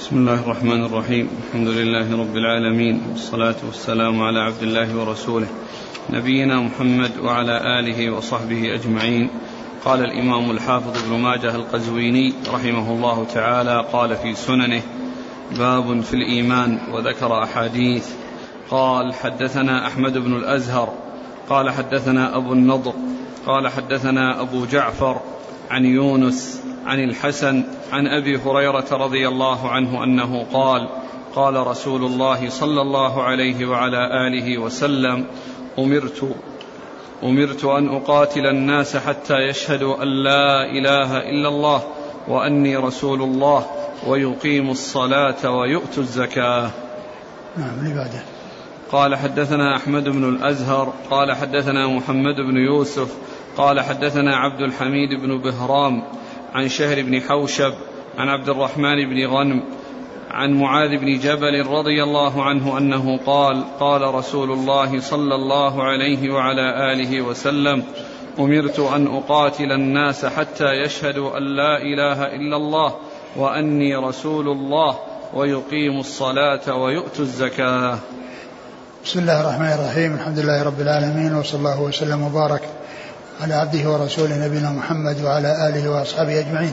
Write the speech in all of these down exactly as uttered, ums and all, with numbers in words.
بسم الله الرحمن الرحيم. الحمد لله رب العالمين، والصلاة والسلام على عبد الله ورسوله نبينا محمد وعلى آله وصحبه أجمعين. قال الإمام الحافظ ابن ماجه القزويني رحمه الله تعالى قال في سننه: باب في الإيمان، وذكر أحاديث. قال: حدثنا أحمد بن الأزهر قال حدثنا أبو النضر قال حدثنا أبو جعفر عن يونس عن الحسن عن أبي هريرة رضي الله عنه أنه قال: قال رسول الله صلى الله عليه وعلى آله وسلم: أمرت أمرت أن أقاتل الناس حتى يشهدوا أن لا إله إلا الله وأني رسول الله ويقيموا الصلاة ويؤتوا الزكاة. نعم. قال: حدثنا أحمد بن الأزهر قال حدثنا محمد بن يوسف قال حدثنا عبد الحميد بن بهرام عن شهر بن حوشب عن عبد الرحمن بن غنم عن معاذ بن جبل رضي الله عنه أنه قال: قال رسول الله صلى الله عليه وعلى آله وسلم: أمرت أن أقاتل الناس حتى يشهدوا أن لا إله إلا الله وأني رسول الله ويقيموا الصلاة ويؤتوا الزكاة. بسم الله الرحمن الرحيم. الحمد لله رب العالمين، وصلى الله وسلم وبارك على عبده ورسوله نبينا محمد وعلى آله وأصحابه أجمعين.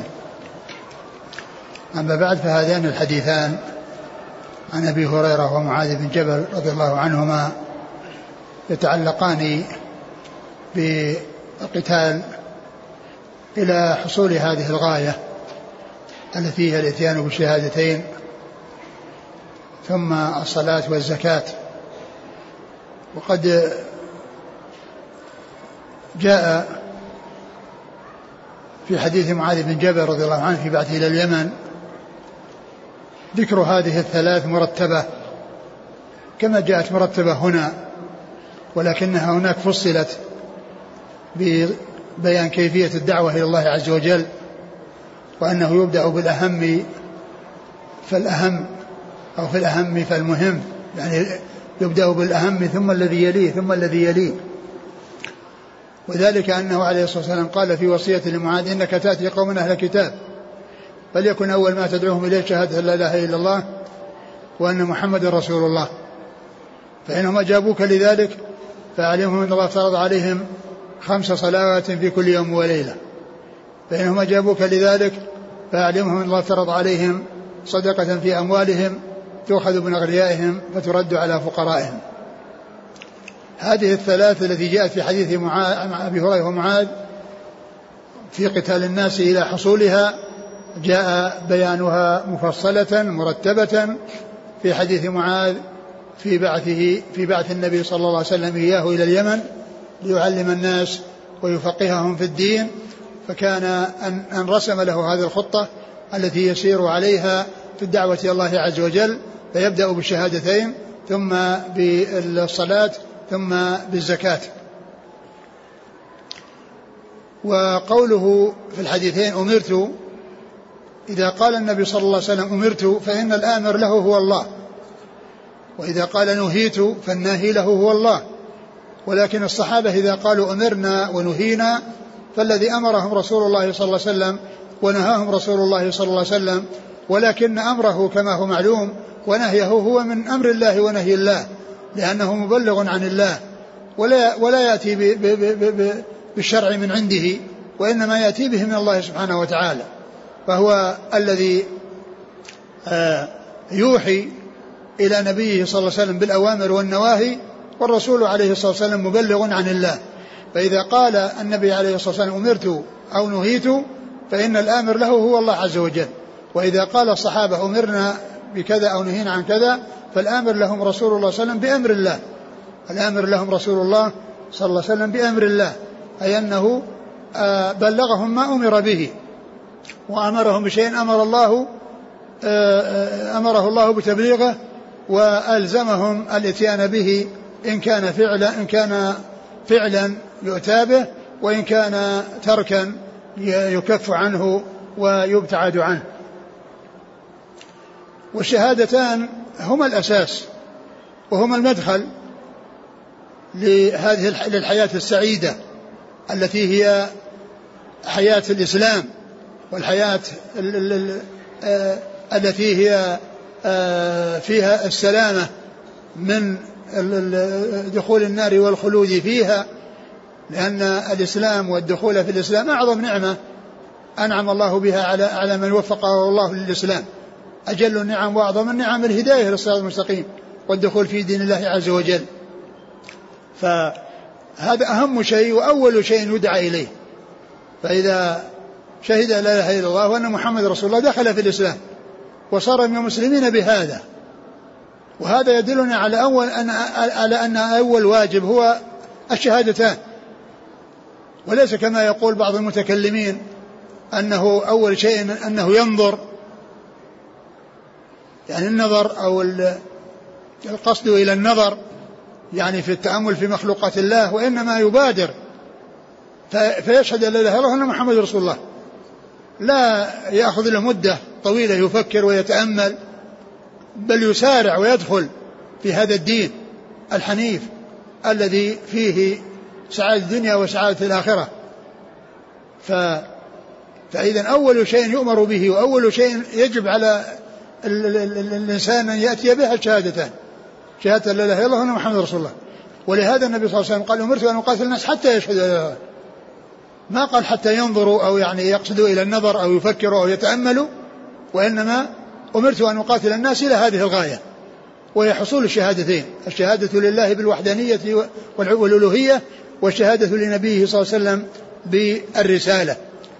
أما بعد، فهذان الحديثان عن أبي هريرة ومعاذ بن جبل رضي الله عنهما يتعلقان بالقتال إلى حصول هذه الغاية التي هي الاتيان بالشهادتين ثم الصلاة والزكاة. وقد جاء في حديث معاذ بن جبل رضي الله عنه في بعثه إلى اليمن ذكر هذه الثلاث مرتبة كما جاءت مرتبة هنا، ولكنها هناك فصلت ببيان كيفية الدعوة إلى الله عز وجل، وأنه يبدأ بالأهم فالأهم أو في الأهم فالمهم، يعني يبدأ بالأهم ثم الذي يليه ثم الذي يليه. وذلك أنه عليه الصلاة والسلام قال في وصية لمعاذ: إنك تأتي قوما أهل كتاب فليكن أول ما تدعوهم إليه شهادة لا إله إلا الله وأن محمد رسول الله، فإنهم أجابوك لذلك فأعلمهم أن الله فرض عليهم خمس صلوات في كل يوم وليلة، فإنهم أجابوك لذلك فأعلمهم أن الله فرض عليهم صدقة في أموالهم تؤخذ من أغنيائهم فترد على فقرائهم. هذه الثلاث التي جاءت في حديث أبي هريرة ومعاذ في قتال الناس إلى حصولها جاء بيانها مفصلة مرتبة في حديث معاذ في بعثه في بعث النبي صلى الله عليه وسلم إياه إلى اليمن ليعلم الناس ويفقههم في الدين، فكان أن, أن رسم له هذه الخطة التي يسير عليها في الدعوة إلى الله عز وجل، فيبدأ بالشهادتين ثم بالصلاة ثم بالزكاة. وقوله في الحديثين أمرت، إذا قال النبي صلى الله عليه وسلم أمرت فإن الآمر له هو الله، وإذا قال نهيت فالناهي له هو الله. ولكن الصحابة إذا قالوا أمرنا ونهينا فالذي أمرهم رسول الله صلى الله عليه وسلم ونهاهم رسول الله صلى الله عليه وسلم، ولكن أمره كما هو معلوم ونهيه هو من أمر الله ونهي الله، لأنه مبلغ عن الله ولا, ولا يأتي ب ب ب ب بالشرع من عنده، وإنما يأتي به من الله سبحانه وتعالى، فهو الذي آه يوحي إلى نبيه صلى الله عليه وسلم بالأوامر والنواهي، والرسول عليه الصلاة والسلام مبلغ عن الله. فإذا قال النبي عليه الصلاة والسلام أمرت أو نهيت فإن الآمر له هو الله عز وجل، وإذا قال الصحابة أمرنا بكذا أو نهينا عن كذا فالآمر لهم رسول الله صلى الله عليه وسلم بأمر الله، الآمر لهم رسول الله صلى الله عليه وسلم بأمر الله، أي أنه بلغهم ما أمر به وأمرهم بشيء أمر الله أمره الله بتبليغه، وألزمهم الاتيان به إن كان فعلا إن كان فعلا يؤتى به، وإن كان تركا يكف عنه ويبتعد عنه. والشهادتان هما الأساس وهما المدخل لهذه للحياة السعيدة التي هي حياة الإسلام والحياة التي هي فيها السلامة من دخول النار والخلود فيها، لأن الإسلام والدخول في الإسلام أعظم نعمة أنعم الله بها على على من وفقه الله للإسلام. أجل النعم وأعظم النعم الهداية للصراط المستقيم والدخول في دين الله عز وجل. فهذا أهم شيء وأول شيء يدعى إليه. فإذا شهد لا إله إلا الله وأن محمد رسول الله دخل في الإسلام وصار من المسلمين بهذا. وهذا يدلنا على أول أن على أن أول واجب هو الشهادتان، وليس كما يقول بعض المتكلمين أنه أول شيء أنه ينظر، يعني النظر أو القصد إلى النظر يعني في التأمل في مخلوقات الله، وإنما يبادر فيشهد لا إله إلا الله أن محمد رسول الله، لا يأخذ له مدة طويلة يفكر ويتأمل، بل يسارع ويدخل في هذا الدين الحنيف الذي فيه سعادة الدنيا وسعادة الآخرة. ف... فإذا أول شيء يؤمر به وأول شيء يجب على ال... ال... ال... الإنسان أن يأتي بها الشهادتان، شهادة لا إله إلا الله وأن محمد رسول الله. ولهذا النبي صلى الله عليه وسلم قال أمرت أن أقاتل الناس حتى يشهدوا لا إله إلا الله، ما قال حتى ينظروا أو يعني يقصدوا إلى النظر أو يفكروا أو يتأملوا، وإنما أمرت أن أقاتل الناس إلى هذه الغاية، وهي حصول الشهادتين، الشهادة لله بالوحدانية والألوهية، والشهادة لنبيه صلى الله عليه وسلم بالرسالة.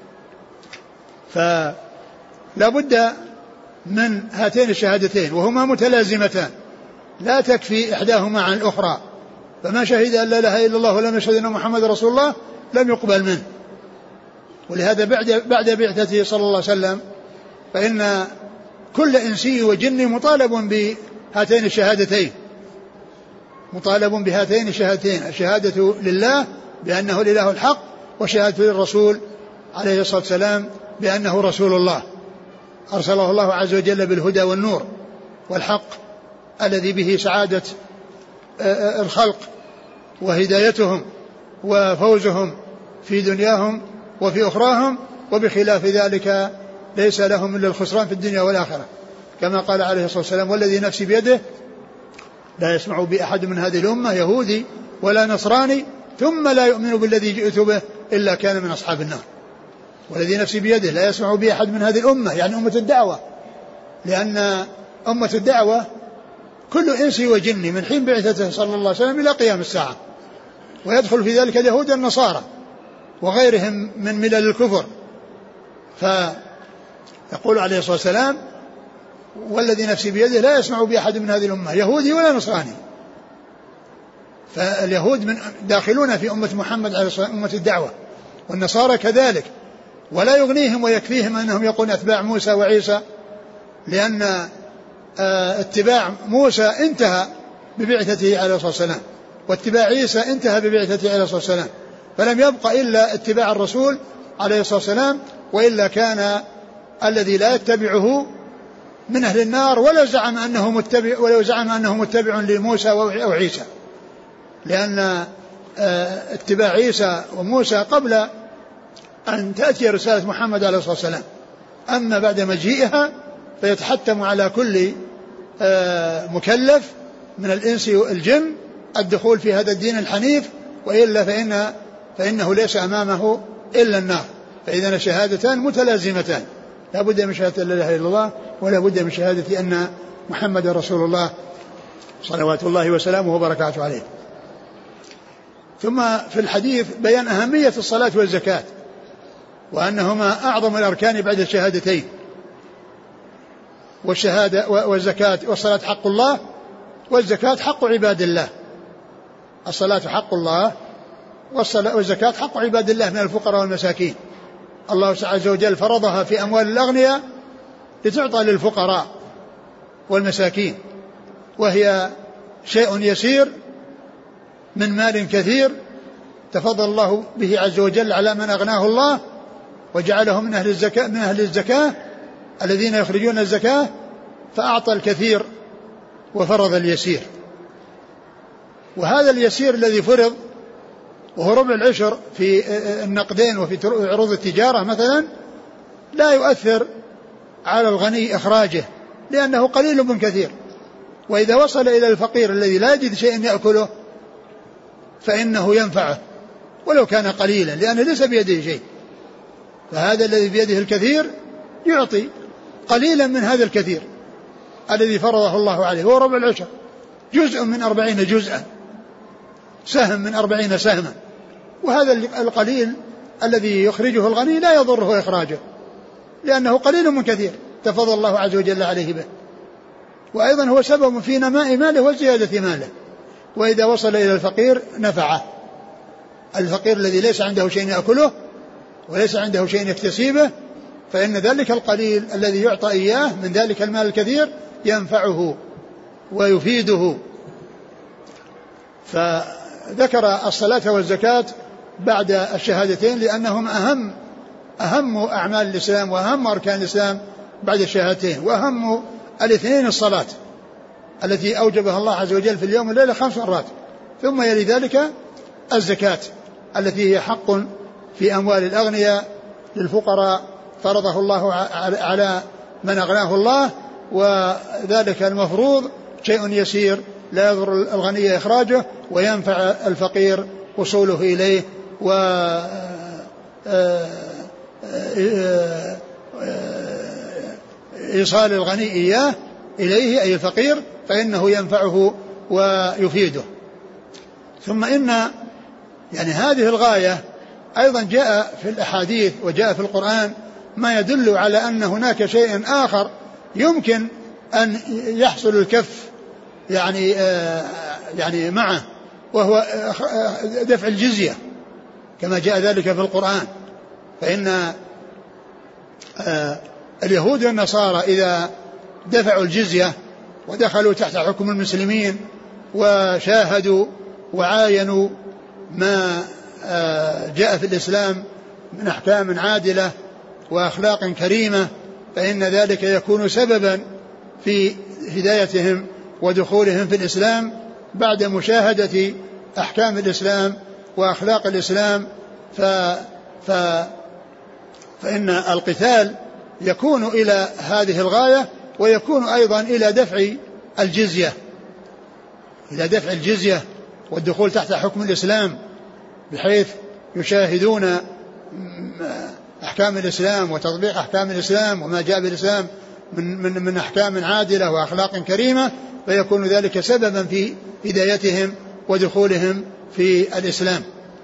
فلا بد من هاتين الشهادتين وهما متلازمتان، لا تكفي إحداهما عن الأخرى. فما شهد أن لا إله إلا الله ولم يشهد أن محمد رسول الله لم يقبل منه. ولهذا بعد بعد بعثته صلى الله عليه وسلم فإن كل إنسي وجن مطالب بهاتين الشهادتين، مطالب بهاتين الشهادتين، الشهادة لله بأنه الإله الحق، وشهادة للرسول عليه الصلاة والسلام بأنه رسول الله أرسله الله عز وجل بالهدى والنور والحق الذي به سعادة الخلق وهدايتهم وفوزهم في دنياهم وفي أخراهم، وبخلاف ذلك ليس لهم إلا الخسران في الدنيا والآخرة، كما قال عليه الصلاة والسلام والذي نفسي بيده لا يسمع بأحد من هذه الأمة يهودي ولا نصراني ثم لا يؤمن بالذي جئت به إلا كان من أصحاب النار. والذي نفسي بيده لا يسمع بأحد من هذه الأمة يعني أمة الدعوة، لأن أمة الدعوة كل إنسي وجني من حين بعثته صلى الله عليه وسلم إلى قيام الساعة، ويدخل في ذلك اليهود النصارى وغيرهم من ملل الكفر. فيقول عليه الصلاة والسلام والذي نفسي بيده لا يسمع بأحد من هذه الأمة يهودي ولا نصراني. فاليهود من داخلون في أمة محمد عليه الصلاة والسلام أمة الدعوة، والنصارى كذلك، ولا يغنيهم ويكفيهم أنهم يكونوا أتباع موسى وعيسى، لأن اتباع موسى انتهى ببعثته عليه الصلاة والسلام، واتباع عيسى انتهى ببعثته عليه الصلاة والسلام، فلم يبق إلا اتباع الرسول عليه الصلاة والسلام، وإلا كان الذي لا يتبعه من أهل النار ولو زعم أنه متبع ولو زعم أنه متبع لموسى أو عيسى، لأن اتباع عيسى وموسى قبل أن تأتي رسالة محمد عليه الصلاة والسلام. أما بعد مجيئها فيتحتم على كل مكلف من الإنس والجن الدخول في هذا الدين الحنيف، وإلا فإن فإنه ليس أمامه إلا النار. فإذا الشهادتان متلازمتان، لا بد من شهادة لا إله إلا الله ولا بد من شهادة أن محمد رسول الله صلوات الله وسلامه وبركاته عليه. ثم في الحديث بيان أهمية الصلاة والزكاة، وأنهما أعظم الأركان بعد الشهادتين، والشهادة والزكاة والصلاة حق الله، والزكاة حق عباد الله. الصلاة حق الله والزكاة حق عباد الله من الفقراء والمساكين. الله عز وجل فرضها في أموال الأغنياء لتعطى للفقراء والمساكين، وهي شيء يسير من مال كثير تفضل الله به عز وجل على من أغناه الله وجعله من أهل الزكاة من أهل الزكاة الذين يخرجون الزكاة، فأعطى الكثير وفرض اليسير. وهذا اليسير الذي فرض وهو ربع العشر في النقدين وفي عروض التجارة مثلا لا يؤثر على الغني إخراجه لأنه قليل من كثير. وإذا وصل إلى الفقير الذي لا يجد شيء يأكله فإنه ينفعه ولو كان قليلا لأنه ليس بيده شيء. فهذا الذي بيده الكثير يعطي قليلا من هذا الكثير الذي فرضه الله عليه، هو ربع العشر، جزء من أربعين جزءا، سهم من أربعين سهما. وهذا القليل الذي يخرجه الغني لا يضره إخراجه لأنه قليل من كثير تفضل الله عز وجل عليه به. وأيضا هو سبب في نماء ماله وزيادة ماله. وإذا وصل إلى الفقير نفعه، الفقير الذي ليس عنده شيء يأكله وليس عنده شيء يكتسبه، فإن ذلك القليل الذي يعطى إياه من ذلك المال الكثير ينفعه ويفيده. فذكر الصلاة والزكاة بعد الشهادتين لأنهم أهم أهم أعمال الإسلام وأهم أركان الإسلام بعد الشهادتين، وأهم الاثنين الصلاة التي أوجبها الله عز وجل في اليوم والليلة خمس مرات، ثم يلي ذلك الزكاة التي هي حق في أموال الأغنياء للفقراء فرضه الله على من أغناه الله، وذلك المفروض شيء يسير لا يضر الغني إخراجه وينفع الفقير وصوله إليه و إيصال الغني إياه إليه أي الفقير فإنه ينفعه ويفيده. ثم إن يعني هذه الغاية أيضا جاء في الأحاديث وجاء في القرآن ما يدل على أن هناك شيء آخر يمكن أن يحصل الكف يعني يعني معه، وهو دفع الجزية كما جاء ذلك في القرآن. فإن اليهود والنصارى إذا دفعوا الجزية ودخلوا تحت حكم المسلمين وشاهدوا وعاينوا ما جاء في الإسلام من أحكام عادلة وأخلاق كريمة، فإن ذلك يكون سببا في هدايتهم ودخولهم في الإسلام بعد مشاهدة أحكام الإسلام وأخلاق الإسلام. ف ف فإن القتال يكون إلى هذه الغاية، ويكون أيضا إلى دفع الجزية إلى دفع الجزية والدخول تحت حكم الإسلام، بحيث يشاهدون أحكام الإسلام وتطبيق أحكام الإسلام وما جاء بالإسلام من, من, من أحكام عادلة وأخلاق كريمة، فيكون ذلك سببا في هدايتهم ودخولهم في الإسلام.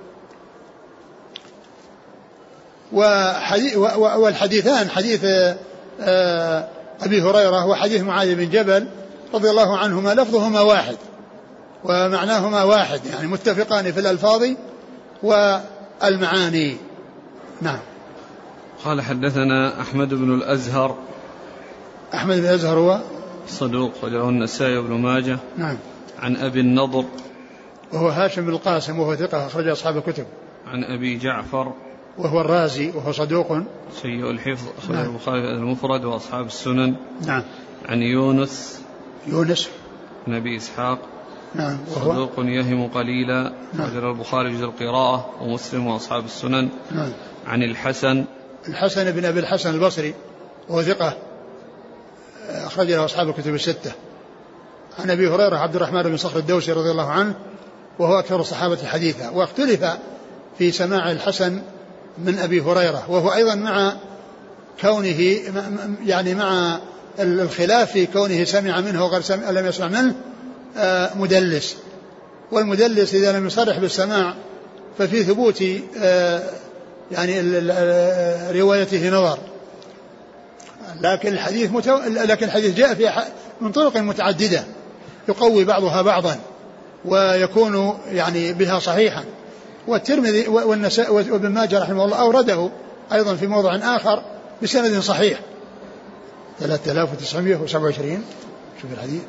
والحديثان حديث أبي هريرة وحديث معاذ بن جبل رضي الله عنهما لفظهما واحد ومعناهما واحد، يعني متفقان في الألفاظ والمعاني. نعم. قال حدثنا أحمد بن الأزهر. أحمد بن الأزهر هو صدوق وله النسائي وابن ماجه. نعم. عن أبي النضر وهو هاشم بن القاسم وهو ثقة أخرج أصحاب الكتب. عن أبي جعفر وهو الرازي وهو صدوق سيء الحفظ أخرج نعم. البخاري المفرد وأصحاب السنن. نعم. عن يونس يونس بن أبي إسحاق. نعم. وهو صدوق يهم قليلا. أخرج نعم. البخاري جزء القراءة ومسلم وأصحاب السنن. نعم. عن الحسن الحسن بن أبي الحسن البصري وهو ثقة أخرج له أصحاب الكتب الستة. عن أبي هريرة عبد الرحمن بن صخر الدوسي رضي الله عنه وهو أكثر الصحابة حديثا. واختلف في سماع الحسن من أبي هريرة، وهو أيضا مع كونه يعني مع الخلاف في كونه سمع منه وغير سمع لم يسمع منه مدلس، والمدلس إذا لم يصرح بالسماع ففي ثبوت يعني روايته نظر. لكن الحديث متو... لكن الحديث جاء في من طرق متعددة يقوي بعضها بعضا ويكون يعني بها صحيحا. والترمذي والنسائي وابن ماجه رحمه الله أورده أيضا في موضع آخر بسند صحيح. ثلاثة آلاف وتسعمائة وسبعة وعشرين. شوف الحديث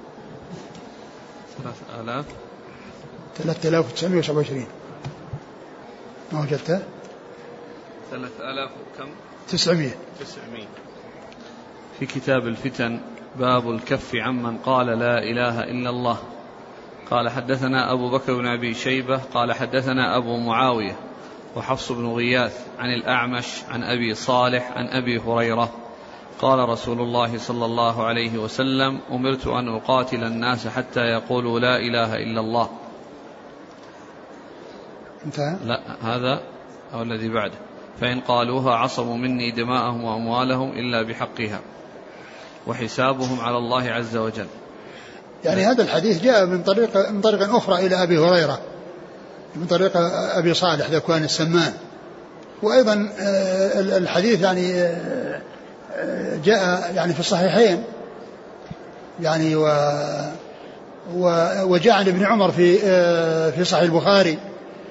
ثلاثة آلاف ثلاثة آلاف وتسعمائة وسبعة وعشرين. ما وجدته؟ ثلاثة آلاف كم؟ تسعمائة. تسعمائة. في كتاب الفتن باب الكف عمن قال لا إله إلا الله. قال حدثنا أبو بكر بن أبي شيبة قال حدثنا أبو معاوية وحفص بن غياث عن الأعمش عن أبي صالح عن أبي هريرة قال رسول الله صلى الله عليه وسلم: أمرت أن أقاتل الناس حتى يقولوا لا إله إلا الله. انتهى؟ لا، هذا أو الذي بعده: فإن قالوها عصموا مني دماءهم وأموالهم إلا بحقها وحسابهم على الله عز وجل. يعني هذا الحديث جاء من طريق من طريق أخرى إلى أبي هريرة من طريق أبي صالح ذكوان السمان. وأيضا الحديث يعني جاء يعني في الصحيحين يعني و وجاء عن ابن عمر في في صحيح البخاري،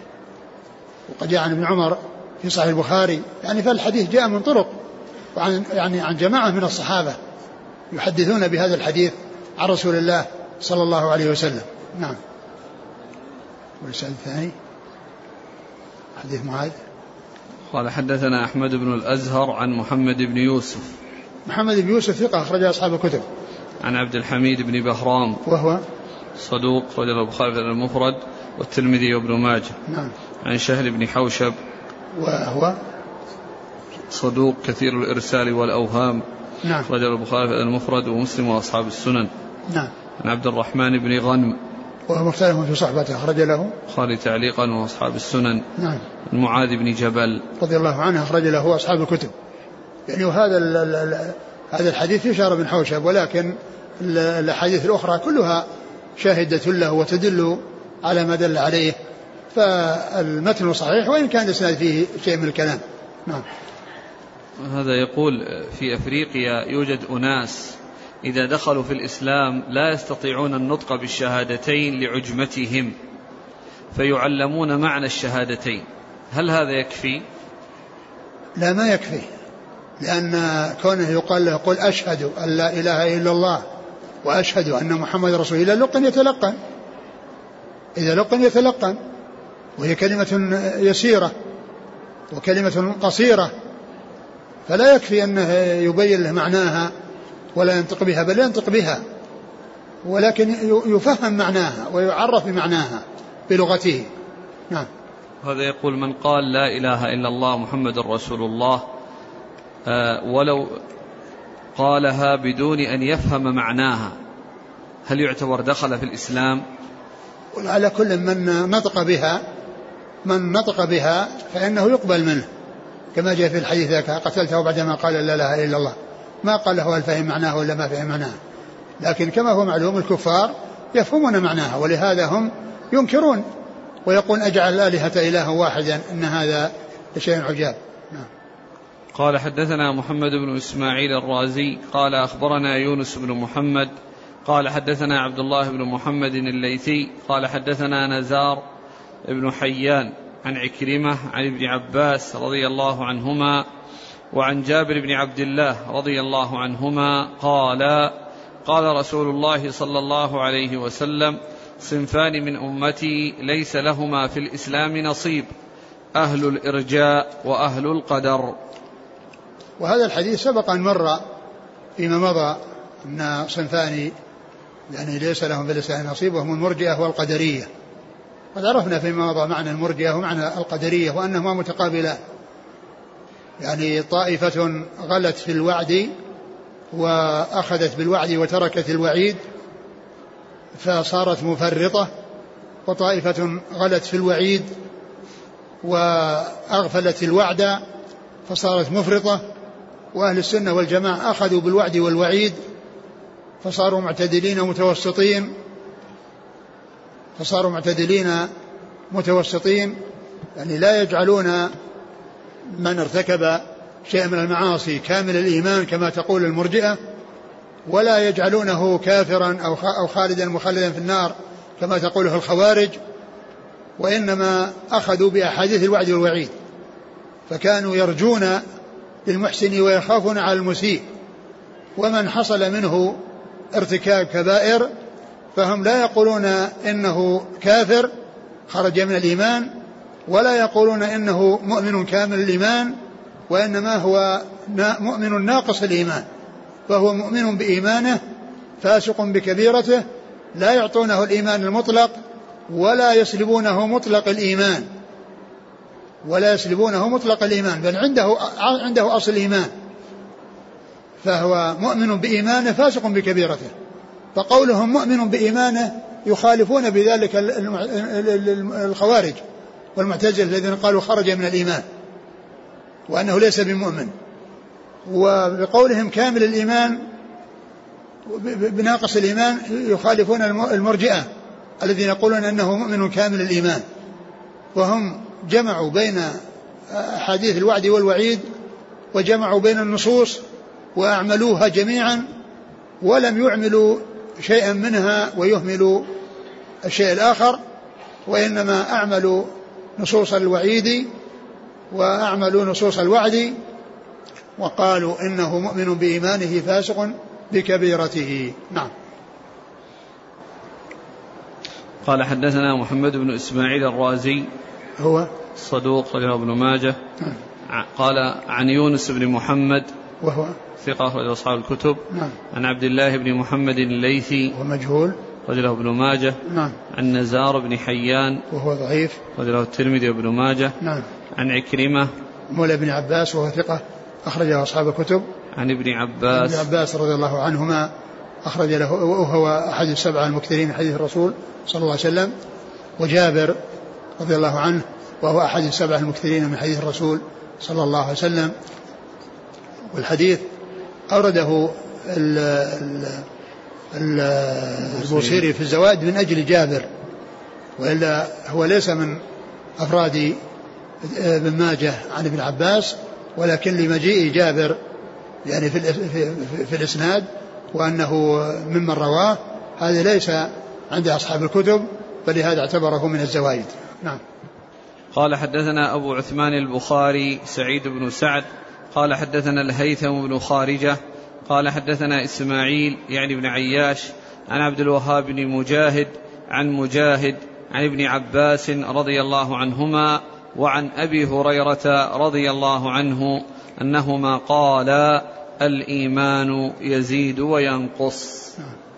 وقد جاء عن ابن عمر في صحيح البخاري. يعني فالحديث جاء من طرق وعن يعني عن جماعة من الصحابة يحدثون بهذا الحديث عن رسول الله صلى الله عليه وسلم. نعم. والسؤال الثاني حديث معاذ. قال: حدثنا أحمد بن الأزهر عن محمد بن يوسف. محمد بن يوسف ثقة أخرج أصحاب الكتب. عن عبد الحميد بن بهرام وهو صدوق رجل البخاري في المفرد والترمذي وابن ماجه. نعم. عن شهر بن حوشب وهو صدوق كثير الإرسال والأوهام. نعم. رجل البخاري في المفرد ومسلم وأصحاب السنن. نعم. عن عبد الرحمن بن غنم وهو مختلف في صحبته أخرج له البخاري تعليقا وأصحاب السنن. نعم. معاذ بن جبل رضي الله عنه أخرج له أصحاب الكتب. يعني وهذا ال ال ال هذا الحديث يشار بن حوشب، ولكن الأحاديث الأخرى كلها شاهدة له وتدل على ما دل عليه، فالمتن صحيح وإن كان الإسناد فيه شيء من الكلام. نعم. هذا يقول: في أفريقيا يوجد أناس إذا دخلوا في الإسلام لا يستطيعون النطق بالشهادتين لعجمتهم فيعلمون معنى الشهادتين، هل هذا يكفي؟ لا، ما يكفي، لأن كونه يقال له قل أشهد أن لا إله إلا الله وأشهد أن محمد رسول الله لقن يتلقن، إذا لقن يتلقن، وهي كلمة يسيرة وكلمة قصيرة، فلا يكفي أنه يبين له معناها ولا ينطق بها، بل ينطق بها ولكن يفهم معناها ويعرف بمعناها بلغته. نعم. هذا يقول: من قال لا إله إلا الله محمد رسول الله آه ولو قالها بدون أن يفهم معناها هل يعتبر دخل في الإسلام؟ على كل من نطق بها من نطق بها فإنه يقبل منه، كما جاء في الحديث ذاك: قتلته بعدما قال لا إله إلا الله، ما قال له هل فهم معناه ولا ما فهم معناه، لكن كما هو معلوم الكفار يفهمون معناها، ولهذا هم ينكرون ويقول أجعل الآلهة إله واحدا إن هذا لشيء عجاب. نعم. قال: حدثنا محمد بن إسماعيل الرازي قال أخبرنا يونس بن محمد قال حدثنا عبد الله بن محمد الليثي قال حدثنا نزار بن حيان عن عكرمة عن ابن عباس رضي الله عنهما وعن جابر بن عبد الله رضي الله عنهما قال: قال رسول الله صلى الله عليه وسلم: صنفان من أمتي ليس لهما في الإسلام نصيب، أهل الإرجاء وأهل القدر. وهذا الحديث سبق أن مر فيما مضى أن صنفان يعني ليس لهم في الإسلام نصيب، وهم المرجئة والقدرية. قد عرفنا فيما مضى معنى المرجئة ومعنى القدرية وأنهما متقابلان، يعني طائفة غلت في الوعد وأخذت بالوعد وتركت الوعيد فصارت مفرطة، وطائفة غلت في الوعيد وأغفلت الوعد فصارت مفرطة، وأهل السنة والجماعة أخذوا بالوعد والوعيد فصاروا معتدلين متوسطين فصاروا معتدلين متوسطين يعني لا يجعلون من ارتكب شيء من المعاصي كامل الإيمان كما تقول المرجئة، ولا يجعلونه كافرا أو خالدا مخلدا في النار كما تقوله الخوارج، وإنما أخذوا بأحاديث الوعد والوعيد، فكانوا يرجون للمحسن ويخافون على المسيء، ومن حصل منه ارتكاب كبائر فهم لا يقولون إنه كافر خرج من الإيمان، ولا يقولون إنه مؤمن كامل الإيمان، وإنما هو مؤمن ناقص الإيمان، فهو مؤمن بإيمانه فاسق بكبيرته، لا يعطونه الإيمان المطلق ولا يسلبونه مطلق الإيمان ولا يسلبونه مطلق الإيمان بل عنده عنده أصل الإيمان، فهو مؤمن بإيمانه فاسق بكبيرته. فقولهم مؤمن بإيمانه يخالفون بذلك الخوارج والمعتزلة الذين قالوا خرج من الإيمان وأنه ليس بمؤمن. وبقولهم كامل الإيمان بناقص الإيمان يخالفون المرجئة الذين يقولون أنه مؤمن كامل الإيمان. وهم جمعوا بين أحاديث الوعد والوعيد وجمعوا بين النصوص وأعملوها جميعا ولم يعملوا شيئا منها ويهملوا الشيء الآخر، وإنما أعملوا نصوص الوعيد وأعملوا نصوص الوعد وقالوا إنه مؤمن بإيمانه فاسق بكبيرته. نعم. قال حدثنا محمد بن إسماعيل الرازي هو صدوق رجل ابن ماجه. نعم. قال عن يونس بن محمد وهو ثقة رجل أصحاب الكتب. نعم. عن عبد الله بن محمد الليثي ومجهول رجله ابن ماجه. نعم. عن نزار بن حيان وهو ضعيف رجله الترمذي وابن ماجه. نعم. عن عكرمة مولى ابن عباس وهو ثقة أخرجه أصحاب الكتب. عن ابن عباس ابن عباس رضي الله عنهما أخرج له وهو أحد السبعة المكثرين من حديث الرسول صلى الله عليه وسلم. وجابر رضي الله عنه وهو أحد السبعة المكثرين من حديث الرسول صلى الله عليه وسلم. والحديث أورده البوصيري في الزوائد من أجل جابر، وإلا هو ليس من أفراد ابن ماجه عن ابن عباس، ولكن لمجيء جابر يعني في, في, في, في الإسناد وأنه ممن رواه هذا ليس عند أصحاب الكتب، فلهذا اعتبره من الزوائد. نعم. قال حدثنا أبو عثمان البخاري سعيد بن سعد قال حدثنا الهيثم بن خارجة قال حدثنا إسماعيل يعني بن عياش عن عبد الوهاب بن مجاهد عن مجاهد عن ابن عباس رضي الله عنهما وعن أبي هريرة رضي الله عنه أنهما قالا الإيمان يزيد وينقص.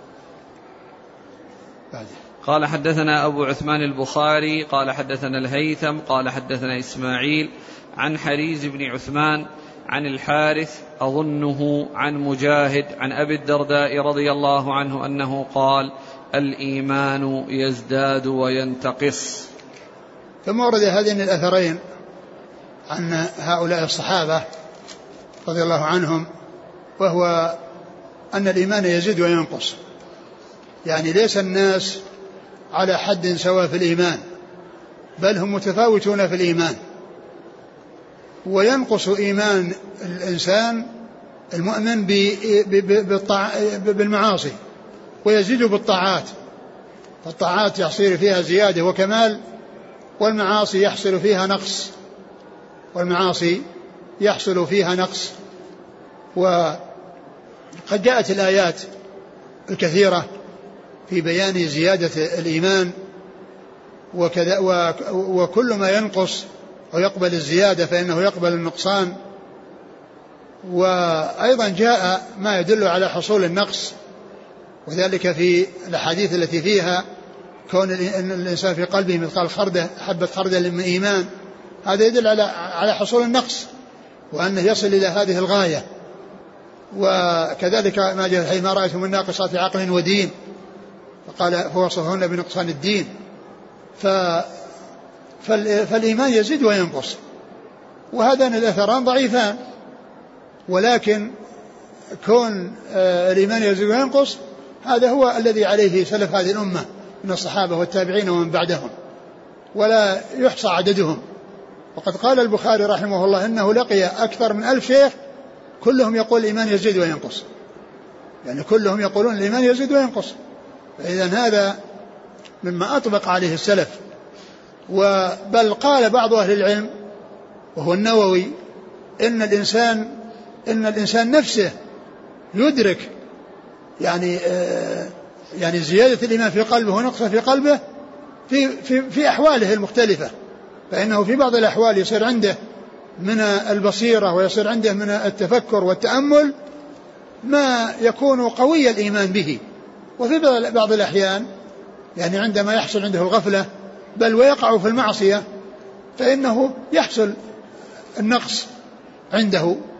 قال حدثنا أبو عثمان البخاري قال حدثنا الهيثم قال حدثنا إسماعيل عن حريز بن عثمان عن الحارث أظنه عن مجاهد عن أبي الدرداء رضي الله عنه أنه قال الإيمان يزداد وينتقص. ثم ورد هذين الأثرين عن هؤلاء الصحابة رضي الله عنهم، وهو أن الإيمان يزيد وينقص، يعني ليس الناس على حد سواء في الإيمان، بل هم متفاوتون في الإيمان. وينقص إيمان الإنسان المؤمن بالمعاصي ويزيد بالطاعات، فالطاعات يحصل فيها زيادة وكمال، والمعاصي يحصل فيها نقص والمعاصي يحصل فيها نقص. وقد جاءت الآيات الكثيرة في بيان زيادة الإيمان، وكذا وكل ما ينقص ويقبل الزيادة فإنه يقبل النقصان. وأيضا جاء ما يدل على حصول النقص، وذلك في الأحاديث التي فيها كون الإنسان في قلبه مثقال خردة حبة خردة من إيمان، هذا يدل على على حصول النقص وأنه يصل إلى هذه الغاية. وكذلك ما جاء حين ما رأيتم من ناقصات عقل ودين فقال فوصفهن بنقصان الدين. ف فالإيمان يزيد وينقص، وهذان الأثران ضعيفان، ولكن كون الإيمان يزيد وينقص هذا هو الذي عليه سلف هذه الأمة من الصحابة والتابعين ومن بعدهم، ولا يحصى عددهم. وقد قال البخاري رحمه الله إنه لقي أكثر من ألف شيخ كلهم يقول الإيمان يزيد وينقص، يعني كلهم يقولون الإيمان يزيد وينقص. فإذن هذا مما أطبق عليه السلف. وبل قال بعض أهل العلم وهو النووي إن الإنسان إن الإنسان نفسه يدرك يعني آه يعني زيادة الإيمان في قلبه ونقصه في قلبه في في في أحواله المختلفة. فإنه في بعض الأحوال يصير عنده من البصيرة ويصير عنده من التفكر والتأمل ما يكون قوي الإيمان به، وفي بعض الأحيان يعني عندما يحصل عنده الغفلة بل ويقع في المعصية فإنه يحصل النقص عنده.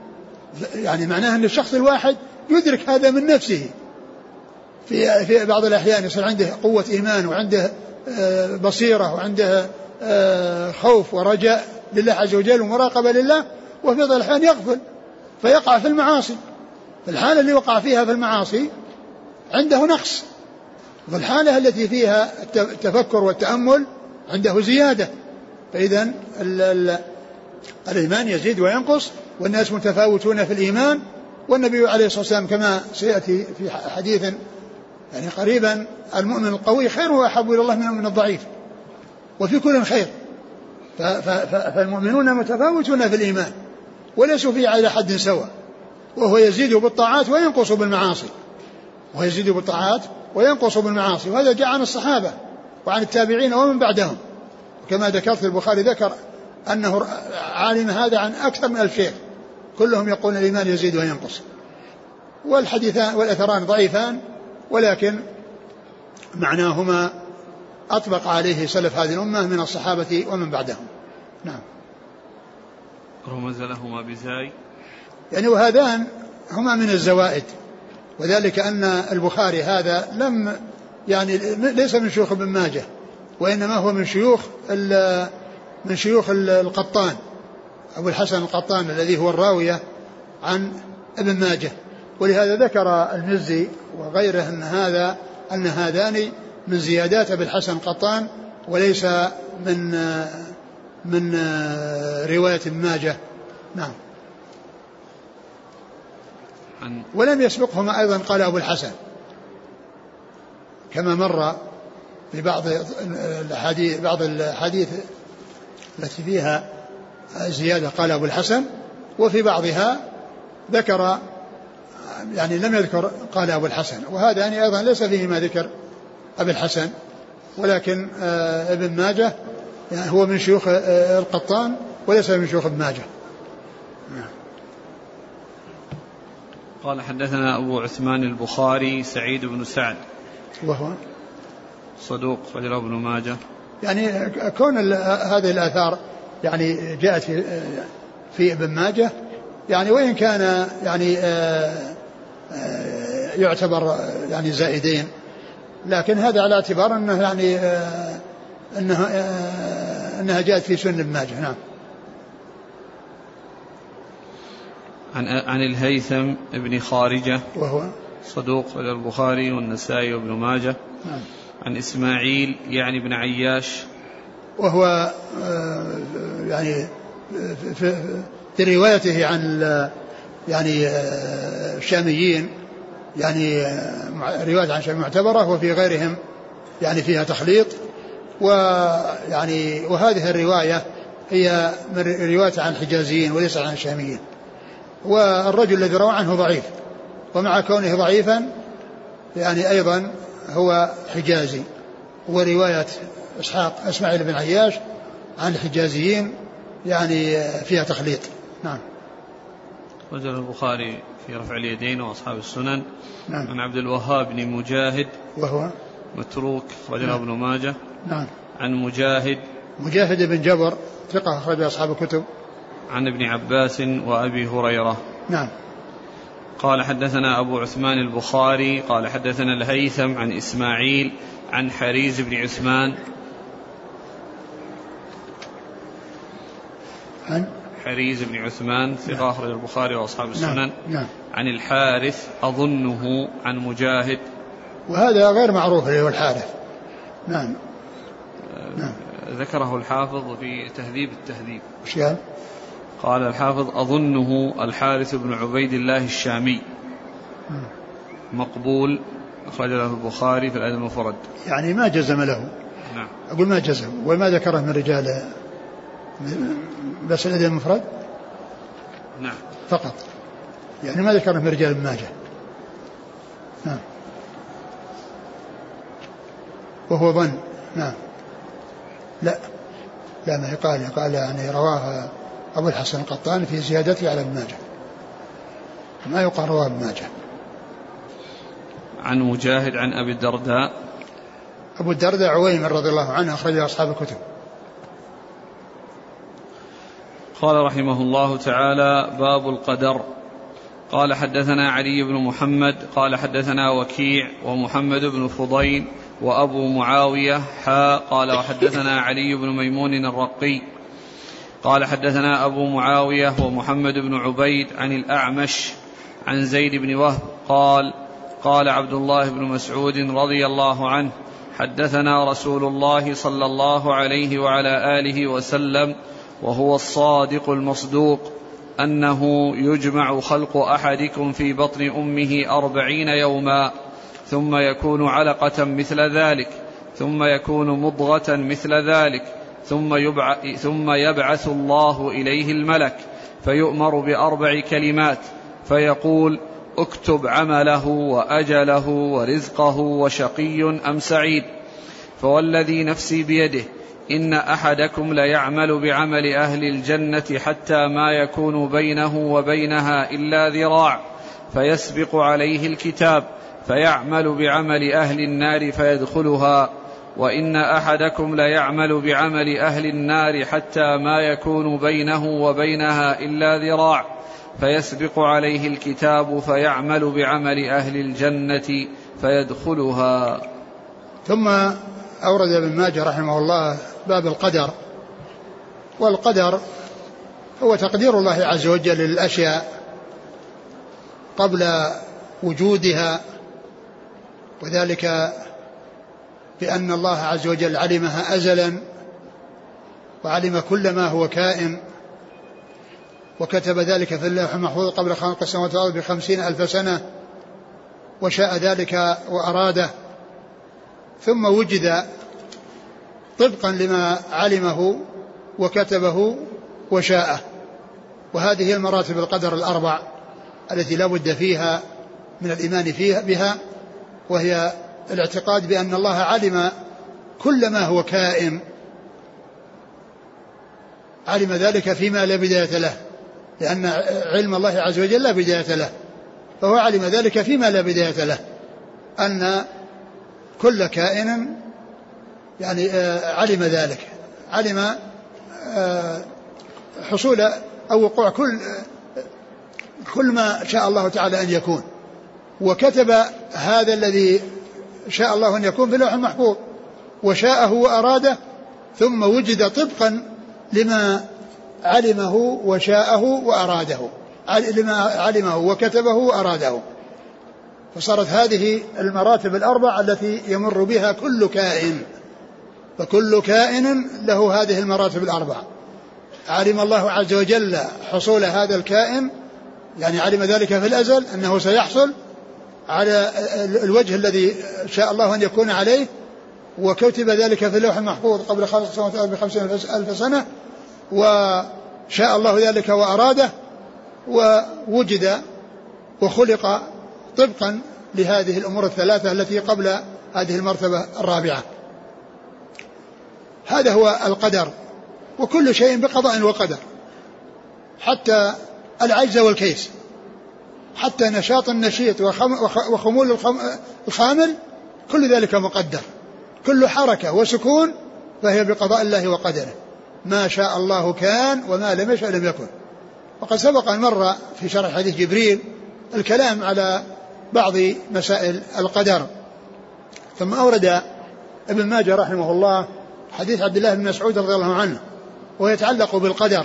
يعني معناه أن الشخص الواحد يدرك هذا من نفسه. في في بعض الأحيان يصير عنده قوة إيمان وعنده بصيرة وعنده خوف ورجاء لله عز وجل ومراقبة لله، وفي بعض الأحيان يغفل فيقع في المعاصي. في الحالة اللي وقع فيها في المعاصي عنده نقص، والحالة التي فيها التفكر والتأمل عنده زيادة. فإذا الإيمان يزيد وينقص، والناس متفاوتون في الإيمان. والنبي عليه الصلاة والسلام كما سيأتي في حديث يعني قريبا المؤمن القوي خير وأحب إلى الله من المؤمن الضعيف، وفي كل خير. فالمؤمنون متفاوتون في الإيمان وليسوا فيه على حد سواء، وهو يزيد بالطاعات وينقص بالمعاصي، ويزيد بالطاعات وينقص بالمعاصي. وهذا جاء عن الصحابة وعن التابعين ومن بعدهم. كما ذكرت البخاري ذكر أنه عالم هذا عن أكثر من ألف شيخ كلهم يقولون الإيمان يزيد وينقص. والحديثان والأثران ضعيفان، ولكن معناهما أطبق عليه سلف هذه الأمة من الصحابة ومن بعدهم. نعم. رمز لهما بزاي، يعني وهذان هما من الزوائد، وذلك أن البخاري هذا لم يعني ليس من شيوخ ابن ماجه، وإنما هو من شيوخ من شيوخ القطان أبو الحسن القطان الذي هو الراوية عن ابن ماجه. ولهذا ذكر المزي وغيره أن هذا أن هذان من زيادات أبي الحسن القطان وليس من من رواية ابن ماجه. نعم. ولم يسبقهما أيضا قال أبو الحسن كما مر في بعض الحديث بعض الحديث التي فيها زيادة قال أبو الحسن، وفي بعضها ذكر يعني لم يذكر قال أبو الحسن. وهذا يعني أيضا ليس فيه ما ذكر أبي الحسن، ولكن ابن ماجه يعني هو من شيوخ القطان وليس من شيوخ ابن ماجه. قال حدثنا أبو عثمان البخاري سعيد بن سعد وهو صدوق رجل ابن ماجه. يعني كون هذه الآثار يعني جاءت في, في ابن ماجه يعني وإن كان يعني يعتبر يعني زائدين، لكن هذا على اعتبار أنه يعني أنه أنها جاءت في سنن ابن ماجه. نعم. عن عن الهيثم ابن خارجة وهو صدوق رجل البخاري والنسائي وابن ماجه. نعم. عن إسماعيل يعني بن عياش وهو يعني في, في روايته عن يعني الشاميين يعني رواية عن شامي معتبرة، وفي غيرهم يعني فيها تخليط. ويعني وهذه الرواية هي من رواية عن الحجازيين وليس عن الشاميين. والرجل الذي روى عنه ضعيف، ومع كونه ضعيفا يعني أيضا هو حجازي. ورواية إسحاق إسماعيل بن عياش عن الحجازيين يعني فيها تخليط. نعم. وجه البخاري في رفع اليدين وأصحاب السنن. نعم. عن عبد الوهاب بن مجاهد وهو متروك رجل نعم. ابن ماجه. نعم. عن مجاهد مجاهد بن جبر ثقة أخرج أصحاب الكتب. عن ابن عباس وأبي هريرة. نعم. قال حدثنا أبو عثمان البخاري قال حدثنا الهيثم عن إسماعيل عن حريز بن عثمان عن حريز بن عثمان ثقة أخرج البخاري وأصحاب السنن. نعم. نعم. عن الحارث أظنه عن مجاهد، وهذا غير معروف اللي هو الحارث. نعم. نعم. ذكره الحافظ في تهذيب التهذيب. وش قال؟ قال الحافظ أظنه الحارث بن عبيد الله الشامي مقبول أخرج له البخاري في الأدب المفرد. يعني ما جزم له. نعم. أقول ما جزم وما ذكره من رجال بس الأدب المفرد. نعم. فقط يعني ما ذكره من رجال ابن ماجه. نعم. وهو ظن. نعم. لا لا ما يقال يقال يعني رواه أبو الحسن القطان في زيادته على ابن ماجه، ما يقال رواه ابن ماجه. عن مجاهد عن أبي الدرداء. أبو الدرداء عويمر رضي الله عنه أخرج أصحاب الكتب. قال رحمه الله تعالى: باب القدر. قال حدثنا علي بن محمد قال حدثنا وكيع ومحمد بن فضيل وأبو معاوية حا قال وحدثنا علي بن ميمون الرقي قال حدثنا أبو معاوية ومحمد بن عبيد عن الأعمش عن زيد بن وهب قال قال عبد الله بن مسعود رضي الله عنه حدثنا رسول الله صلى الله عليه وعلى آله وسلم وهو الصادق المصدوق أنه يجمع خلق أحدكم في بطن أمه أربعين يوما ثم يكون علقة مثل ذلك ثم يكون مضغة مثل ذلك ثم يبعث, ثم يبعث الله إليه الملك فيؤمر بأربع كلمات فيقول اكتب عمله وأجله ورزقه وشقي أم سعيد فوالذي نفسي بيده إن أحدكم ليعمل بعمل أهل الجنة حتى ما يكون بينه وبينها إلا ذراع فيسبق عليه الكتاب فيعمل بعمل أهل النار فيدخلها وإن أحدكم ليعمل بعمل أهل النار حتى ما يكون بينه وبينها إلا ذراع فيسبق عليه الكتاب فيعمل بعمل أهل الجنة فيدخلها. ثم أورد ابن ماجه رحمه الله باب القدر. والقدر هو تقدير الله عز وجل للأشياء قبل وجودها، وذلك بأن الله عز وجل علمها أزلا وعلم كل ما هو كائن وكتب ذلك في اللوح المحفوظ قبل خلق السماوات والأرض بخمسين ألف سنة وشاء ذلك وأراده، ثم وجد طبقا لما علمه وكتبه وشاءه. وهذه هي المراتب القدر الأربع التي لا بد فيها من الإيمان فيها بها، وهي الاعتقاد بأن الله علم كل ما هو كائن، علم ذلك فيما لا بداية له، لأن علم الله عز وجل لا بداية له، فهو علم ذلك فيما لا بداية له، أن كل كائن يعني علم ذلك، علم حصول أو وقوع كل كل ما شاء الله تعالى أن يكون، وكتب هذا الذي شاء الله أن يكون في اللوح المحفوظ وشاءه وأراده، ثم وجد طبقا لما علمه وشاءه وأراده، لما علمه وكتبه وأراده. فصارت هذه المراتب الأربع التي يمر بها كل كائن، فكل كائن له هذه المراتب الأربع. علم الله عز وجل حصول هذا الكائن، يعني علم ذلك في الأزل أنه سيحصل على الوجه الذي شاء الله أن يكون عليه، وكتب ذلك في اللوح المحفوظ قبل خلق السماوات والأرض بخمسين ألف سنة، وشاء الله ذلك وأراده، ووجد وخلق طبقا لهذه الأمور الثلاثة التي قبل هذه المرتبة الرابعة. هذا هو القدر، وكل شيء بقضاء وقدر، حتى العجز والكيس، حتى نشاط النشيط وخمول الخامل، كل ذلك مقدر، كل حركة وسكون فهي بقضاء الله وقدره، ما شاء الله كان وما لم يشاء لم يكن. وقد سبق أن مر في شرح حديث جبريل الكلام على بعض مسائل القدر. ثم أورد ابن ماجه رحمه الله حديث عبد الله بن مسعود رضي الله عنه، ويتعلق بالقدر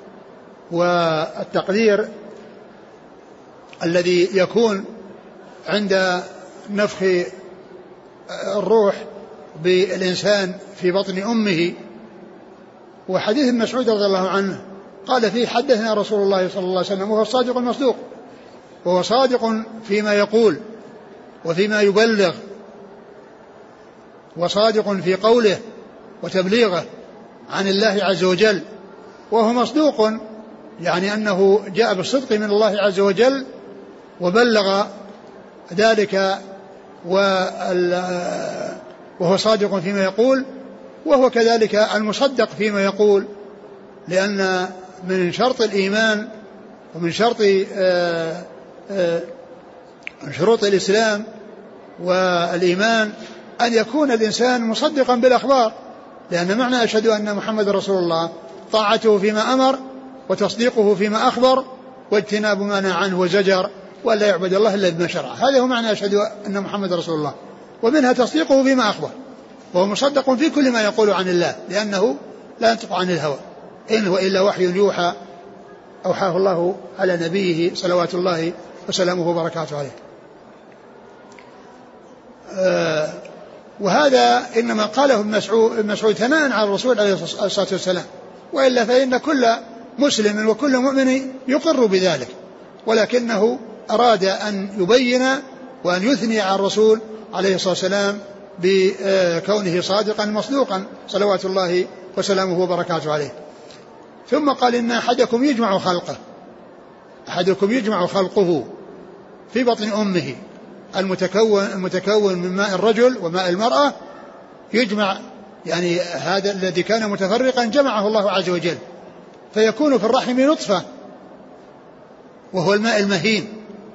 والتقدير الذي يكون عند نفخ الروح بالإنسان في بطن أمه. وحديث ابن مسعود رضي الله عنه قال فيه حدثنا رسول الله صلى الله عليه وسلم وهو الصادق المصدوق، وهو صادق فيما يقول وفيما يبلغ، وصادق في قوله وتبليغه عن الله عز وجل، وهو مصدوق يعني أنه جاء بالصدق من الله عز وجل وبلغ ذلك، وهو صادق فيما يقول، وهو كذلك المصدق فيما يقول، لأن من شرط الإيمان ومن شرط شروط الإسلام والإيمان أن يكون الإنسان مصدقا بالأخبار، لأن معنى أشهد أن محمد رسول الله طاعته فيما أمر وتصديقه فيما أخبر واجتناب ما نهى عنه وزجر، ولا يعبد الله إلا بما شرع. هذا هو معنى أشهد أن محمد رسول الله. ومنها تصديقه بما أخبر، وهو مصدق في كل ما يقول عن الله، لأنه لا ينطق عن الهوى إن هو إلا وحي يوحى أوحاه الله على نبيه صلوات الله وسلامه وبركاته عليه. آه وهذا إنما قاله ابن مسعود ثناء على الرسول عليه الصلاة والسلام، وإلا فإن كل مسلم وكل مؤمن يقر بذلك، ولكنه أراد أن يبين وأن يثني على الرسول عليه الصلاة والسلام بكونه صادقا مصدوقا صلوات الله وسلامه وبركاته عليه. ثم قال إن أحدكم يجمع خلقه أحدكم يجمع خلقه في بطن أمه المتكون, المتكون من ماء الرجل وماء المرأة، يجمع يعني هذا الذي كان متفرقا جمعه الله عز وجل، فيكون في الرحم نطفة وهو الماء المهين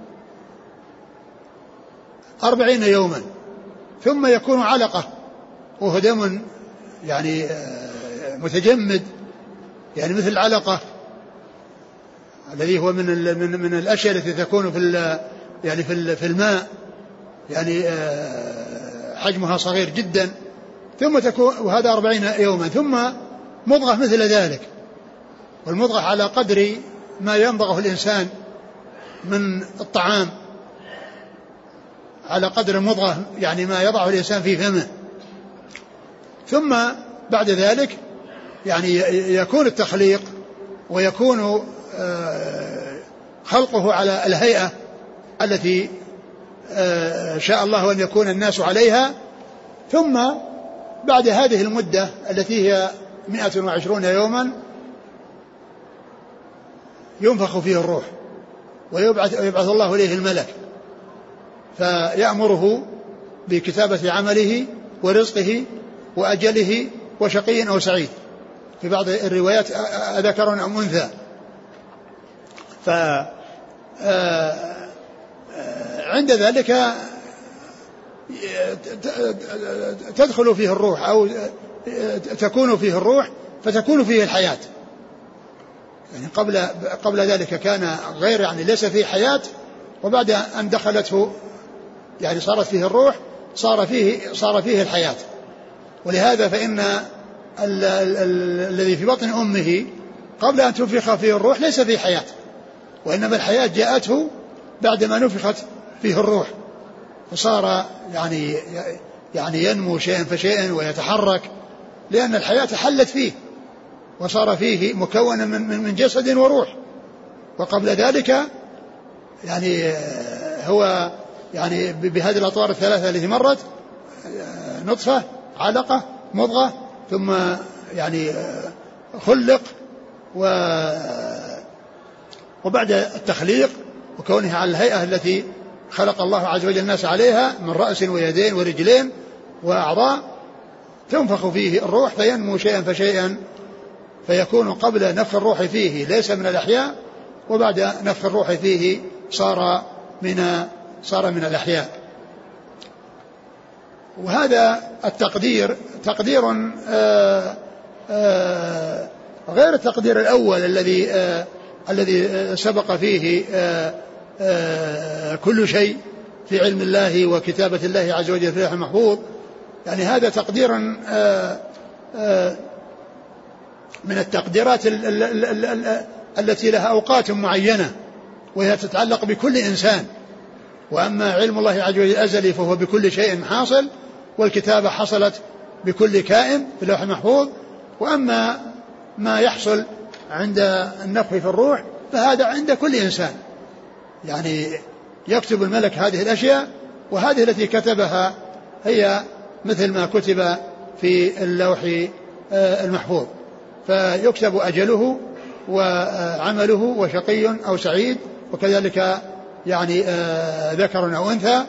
أربعين يوما، ثم يكون علقة وهو دم يعني متجمد يعني مثل العلقة الذي هو من من من الأشياء التي تكون في يعني في في الماء يعني حجمها صغير جدا، ثم تكون وهذا أربعين يوما، ثم مضغة مثل ذلك، والمضغة على قدر ما يمضغه الإنسان من الطعام، على قدر المضغة يعني ما يضعه الإنسان في فمه. ثم بعد ذلك يعني يكون التخليق ويكون خلقه على الهيئة التي شاء الله أن يكون الناس عليها. ثم بعد هذه المدة التي هي مئة وعشرون يوما ينفخ فيه الروح ويبعث, ويبعث الله إليه الملك فيأمره بكتابة عمله ورزقه وأجله وشقي أو سعيد، في بعض الروايات أذكر أم أنثى. فعند ذلك تدخل فيه الروح أو تكون فيه الروح فتكون فيه الحياة. يعني قبل قبل ذلك كان غير يعني ليس فيه حياة، وبعد أن دخلته يعني صارت فيه الروح صار فيه صار فيه الحياة. ولهذا فإن الذي في بطن أمه قبل أن تنفخ فيه الروح ليس فيه حياة، وإنما الحياة جاءته بعدما نفخت فيه الروح، فصار يعني يعني ينمو شيئا فشيئا ويتحرك، لأن الحياة حلت فيه وصار فيه مكونا من من جسد وروح. وقبل ذلك يعني هو يعني بهذه الأطوار الثلاثة التي مرت، نطفة علقة مضغة ثم يعني خلق، وبعد التخليق وكونها على الهيئة التي خلق الله عز وجل الناس عليها من رأس ويدين ورجلين وأعضاء، تنفخ فيه الروح فينمو شيئا فشيئا، فيكون قبل نفخ الروح فيه ليس من الأحياء، وبعد نفخ الروح فيه صار من صار من الأحياء. وهذا التقدير تقدير آآ آآ غير التقدير الأول الذي الذي سبق فيه آآ آآ كل شيء في علم الله وكتابة الله عز وجل في اللوح المحفوظ. يعني هذا تقدير آآ آآ من التقديرات ال ال ال ال التي لها أوقات معينة وهي تتعلق بكل إنسان. وأما علم الله عز وجل الأزلي فهو بكل شيء حاصل، والكتابة حصلت بكل كائن في اللوح المحفوظ. وأما ما يحصل عند النفخ في الروح فهذا عند كل إنسان، يعني يكتب الملك هذه الأشياء، وهذه التي كتبها هي مثل ما كتب في اللوح المحفوظ، فيكتب أجله وعمله وشقي أو سعيد، وكذلك يعني ذكر أو أنثى.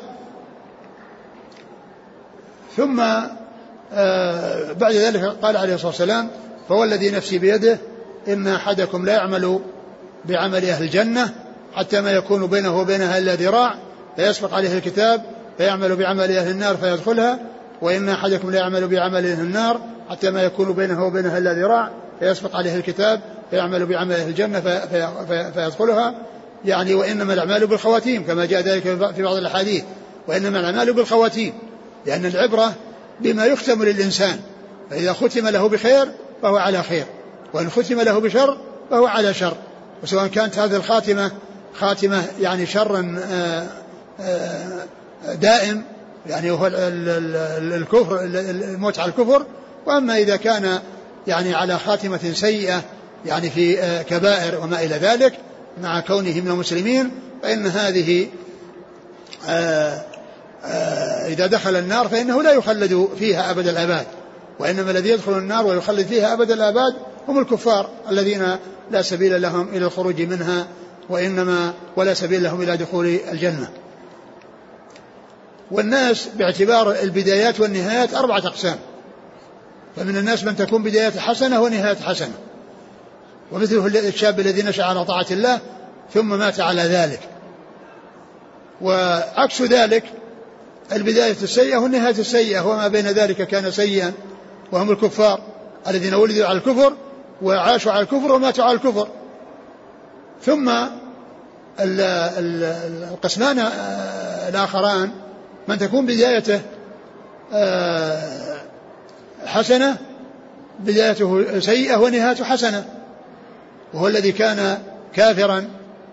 ثم بعد ذلك قال عليه الصلاة والسلام: فهو الذي نفسي بيده إن أحدكم لا يعمل بعمل أهل الجنة حتى ما يكون بينه وبينها إلا ذراع فيسبق عليه الكتاب فيعمل بعمل أهل النار فيدخلها، وإن أحدكم لا يعمل بعمل أهل النار حتى ما يكون بينه وبينها إلا ذراع فيسبق عليه الكتاب فيعمل بعمل أهل الجنة فيدخلها. يعني وإنما الأعمال بالخواتيم كما جاء ذلك في بعض الأحاديث، وإنما الأعمال بالخواتيم، لأن العبرة بما يختم للإنسان، فإذا ختم له بخير فهو على خير، وإن ختم له بشر فهو على شر، وسواء كانت هذه الخاتمة خاتمة يعني شر دائم يعني هو الكفر، الموت على الكفر، وأما إذا كان يعني على خاتمة سيئة يعني في كبائر وما إلى ذلك مع كونه من المسلمين، فإن هذه إذا دخل النار فإنه لا يخلد فيها أبد الآباد، وإنما الذي يدخل النار ويخلد فيها أبد الآباد هم الكفار الذين لا سبيل لهم إلى الخروج منها، وإنما ولا سبيل لهم إلى دخول الجنة. والناس باعتبار البدايات والنهايات أربعة أقسام، فمن الناس من تكون بدايات حسنة ونهاية حسنة، ومثله الشاب الذي نشأ على طاعة الله ثم مات على ذلك، وعكس ذلك البداية السيئة والنهاية السيئة، وما بين ذلك كان سيئا، وهم الكفار الذين ولدوا على الكفر وعاشوا على الكفر وماتوا على الكفر. ثم القسمان الآخران من تكون بدايته حسنة بدايته سيئة ونهايته حسنة، وهو الذي كان كافرا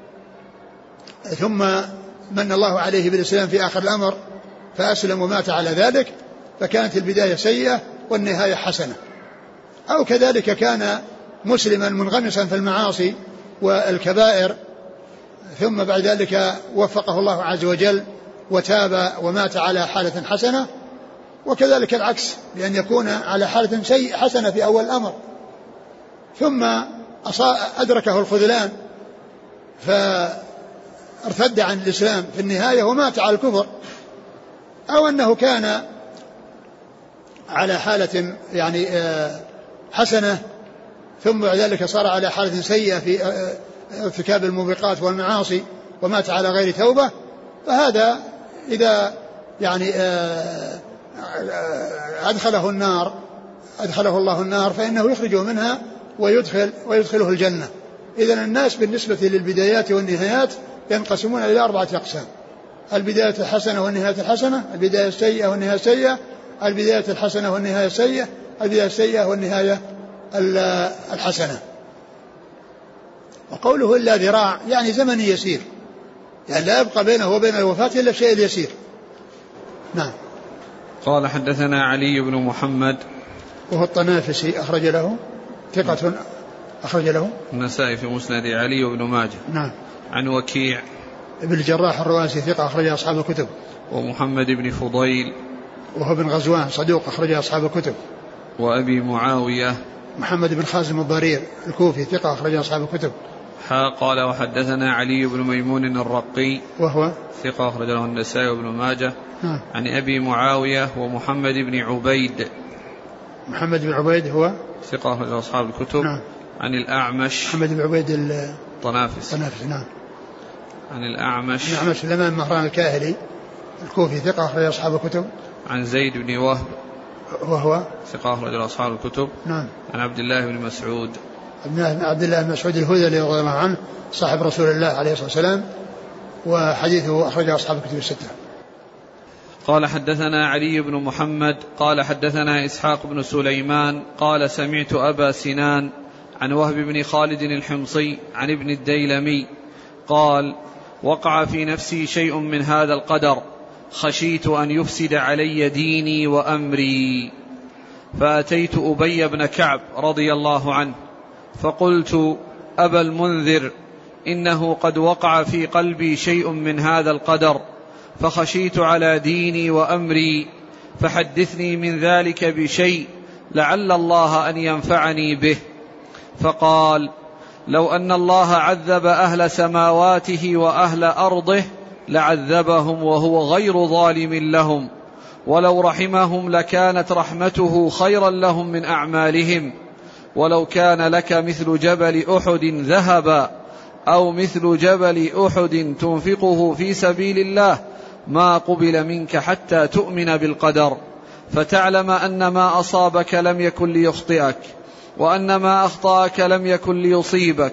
ثم من الله عليه بالإسلام في آخر الأمر فأسلم ومات على ذلك، فكانت البداية سيئة والنهاية حسنة. أو كذلك كان مسلما منغمسا في المعاصي والكبائر ثم بعد ذلك وفقه الله عز وجل وتاب ومات على حالة حسنة، وكذلك العكس بأن يكون على حالة سيئة حسنة في أول الأمر ثم أدركه الخذلان فارتد عن الإسلام في النهاية ومات على الكفر، أو أنه كان على حالة يعني حسنة ثم بعد ذلك صار على حالة سيئة في ارتكاب الموبقات والمعاصي ومات على غير توبة، فهذا إذا يعني أدخله النار أدخله الله النار فإنه يخرجه منها ويدخل ويدخله الجنة. إذن الناس بالنسبة للبدايات والنهايات ينقسمون إلى أربعة أقسام: البداية الحسنة والنهاية الحسنة، البداية السيئة والنهاية السيئة، البداية الحسنة والنهاية السيئة، البداية السيئة والنهاية الحسنة. وقوله إلا ذراع يعني زمن يسير، يعني لا يبقى بينه وبين الوفاة إلا شيء يسير. نعم. قال حدثنا علي بن محمد وهو الطنافسي أخرج له ثقة أخرج له النسائي في مسند علي وابن ماجه. نعم. عن وكيع ابن الجراح الرواسي ثقة أخرج أصحاب الكتب. ومحمد بن فضيل وهو بن غزوان صدوق أخرج أصحاب الكتب. وأبي معاوية محمد بن خازم الضرير الكوفي ثقة أخرج أصحاب الكتب. قال وحدثنا علي بن ميمون الرقي وهو ثقة أخرج له النسائي وابن ماجه. نعم. عن أبي معاوية ومحمد بن عبيد محمد بن عبيد هو ثقة أخرج له أصحاب الكتب. نعم. عن الأعمش محمد بن عبيد الطنافسي. الطنافسي نعم. عن الأعمش الأعمش الإمام مهران الكاهلي الكوفي ثقة أخرج أصحاب الكتب. عن زيد بن وهب وهو ثقة أخرج له أصحاب الكتب. نعم. عن عبد الله بن مسعود عبد الله بن مسعود الهذلي رضي الله عنه صاحب رسول الله عليه الصلاة والسلام، وحديثه أخرجه أصحاب الكتب الستة. قال حدثنا علي بن محمد قال حدثنا إسحاق بن سليمان قال سمعت أبا سنان عن وهب بن خالد الحمصي عن ابن الديلمي قال وقع في نفسي شيء من هذا القدر خشيت أن يفسد علي ديني وأمري، فأتيت أبي بن كعب رضي الله عنه فقلت أبا المنذر إنه قد وقع في قلبي شيء من هذا القدر فخشيت على ديني وأمري، فحدثني من ذلك بشيء لعل الله أن ينفعني به. فقال لو أن الله عذب أهل سماواته وأهل أرضه لعذبهم وهو غير ظالم لهم، ولو رحمهم لكانت رحمته خيرا لهم من أعمالهم، ولو كان لك مثل جبل أحد ذهبا أو مثل جبل أحد تنفقه في سبيل الله ما قبل منك حتى تؤمن بالقدر، فتعلم أن ما أصابك لم يكن ليخطئك وأن ما أخطأك لم يكن ليصيبك،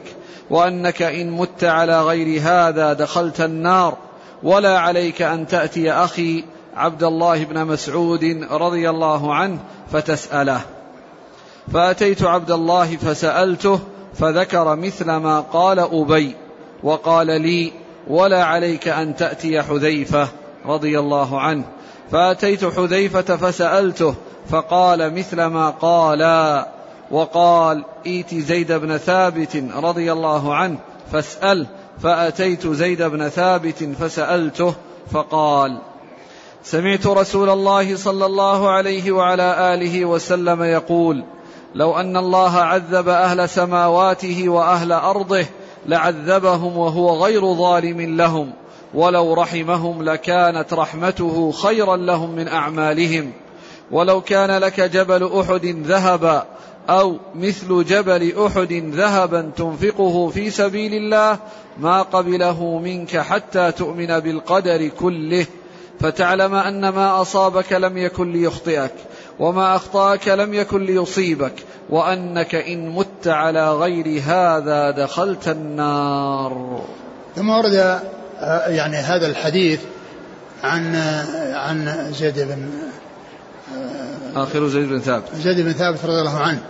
وأنك إن مت على غير هذا دخلت النار، ولا عليك أن تأتي أخي عبد الله بن مسعود رضي الله عنه فتسأله. فأتيت عبد الله فسألته فذكر مثل ما قال أبي، وقال لي: ولا عليك أن تأتي حذيفة رضي الله عنه. فأتيت حذيفة فسألته فقال مثل ما قالا، وقال: ائت زيد بن ثابت رضي الله عنه فاسأل. فأتيت زيد بن ثابت فسألته فقال: سمعت رسول الله صلى الله عليه وعلى آله وسلم يقول: لو أن الله عذب أهل سماواته وأهل أرضه لعذبهم وهو غير ظالم لهم، ولو رحمهم لكانت رحمته خيرا لهم من أعمالهم. ولو كان لك جبل أحد ذهبا أو مثل جبل أحد ذهبا تنفقه في سبيل الله ما قبله منك حتى تؤمن بالقدر كله، فتعلم أن ما أصابك لم يكن ليخطئك، وما أخطأك لم يكن ليصيبك، وأنك إن مت على غير هذا دخلت النار. ثم ورد يعني هذا الحديث عن عن زيد بن آخر زيد بن ثابت زيد بن ثابت رضي الله عنه،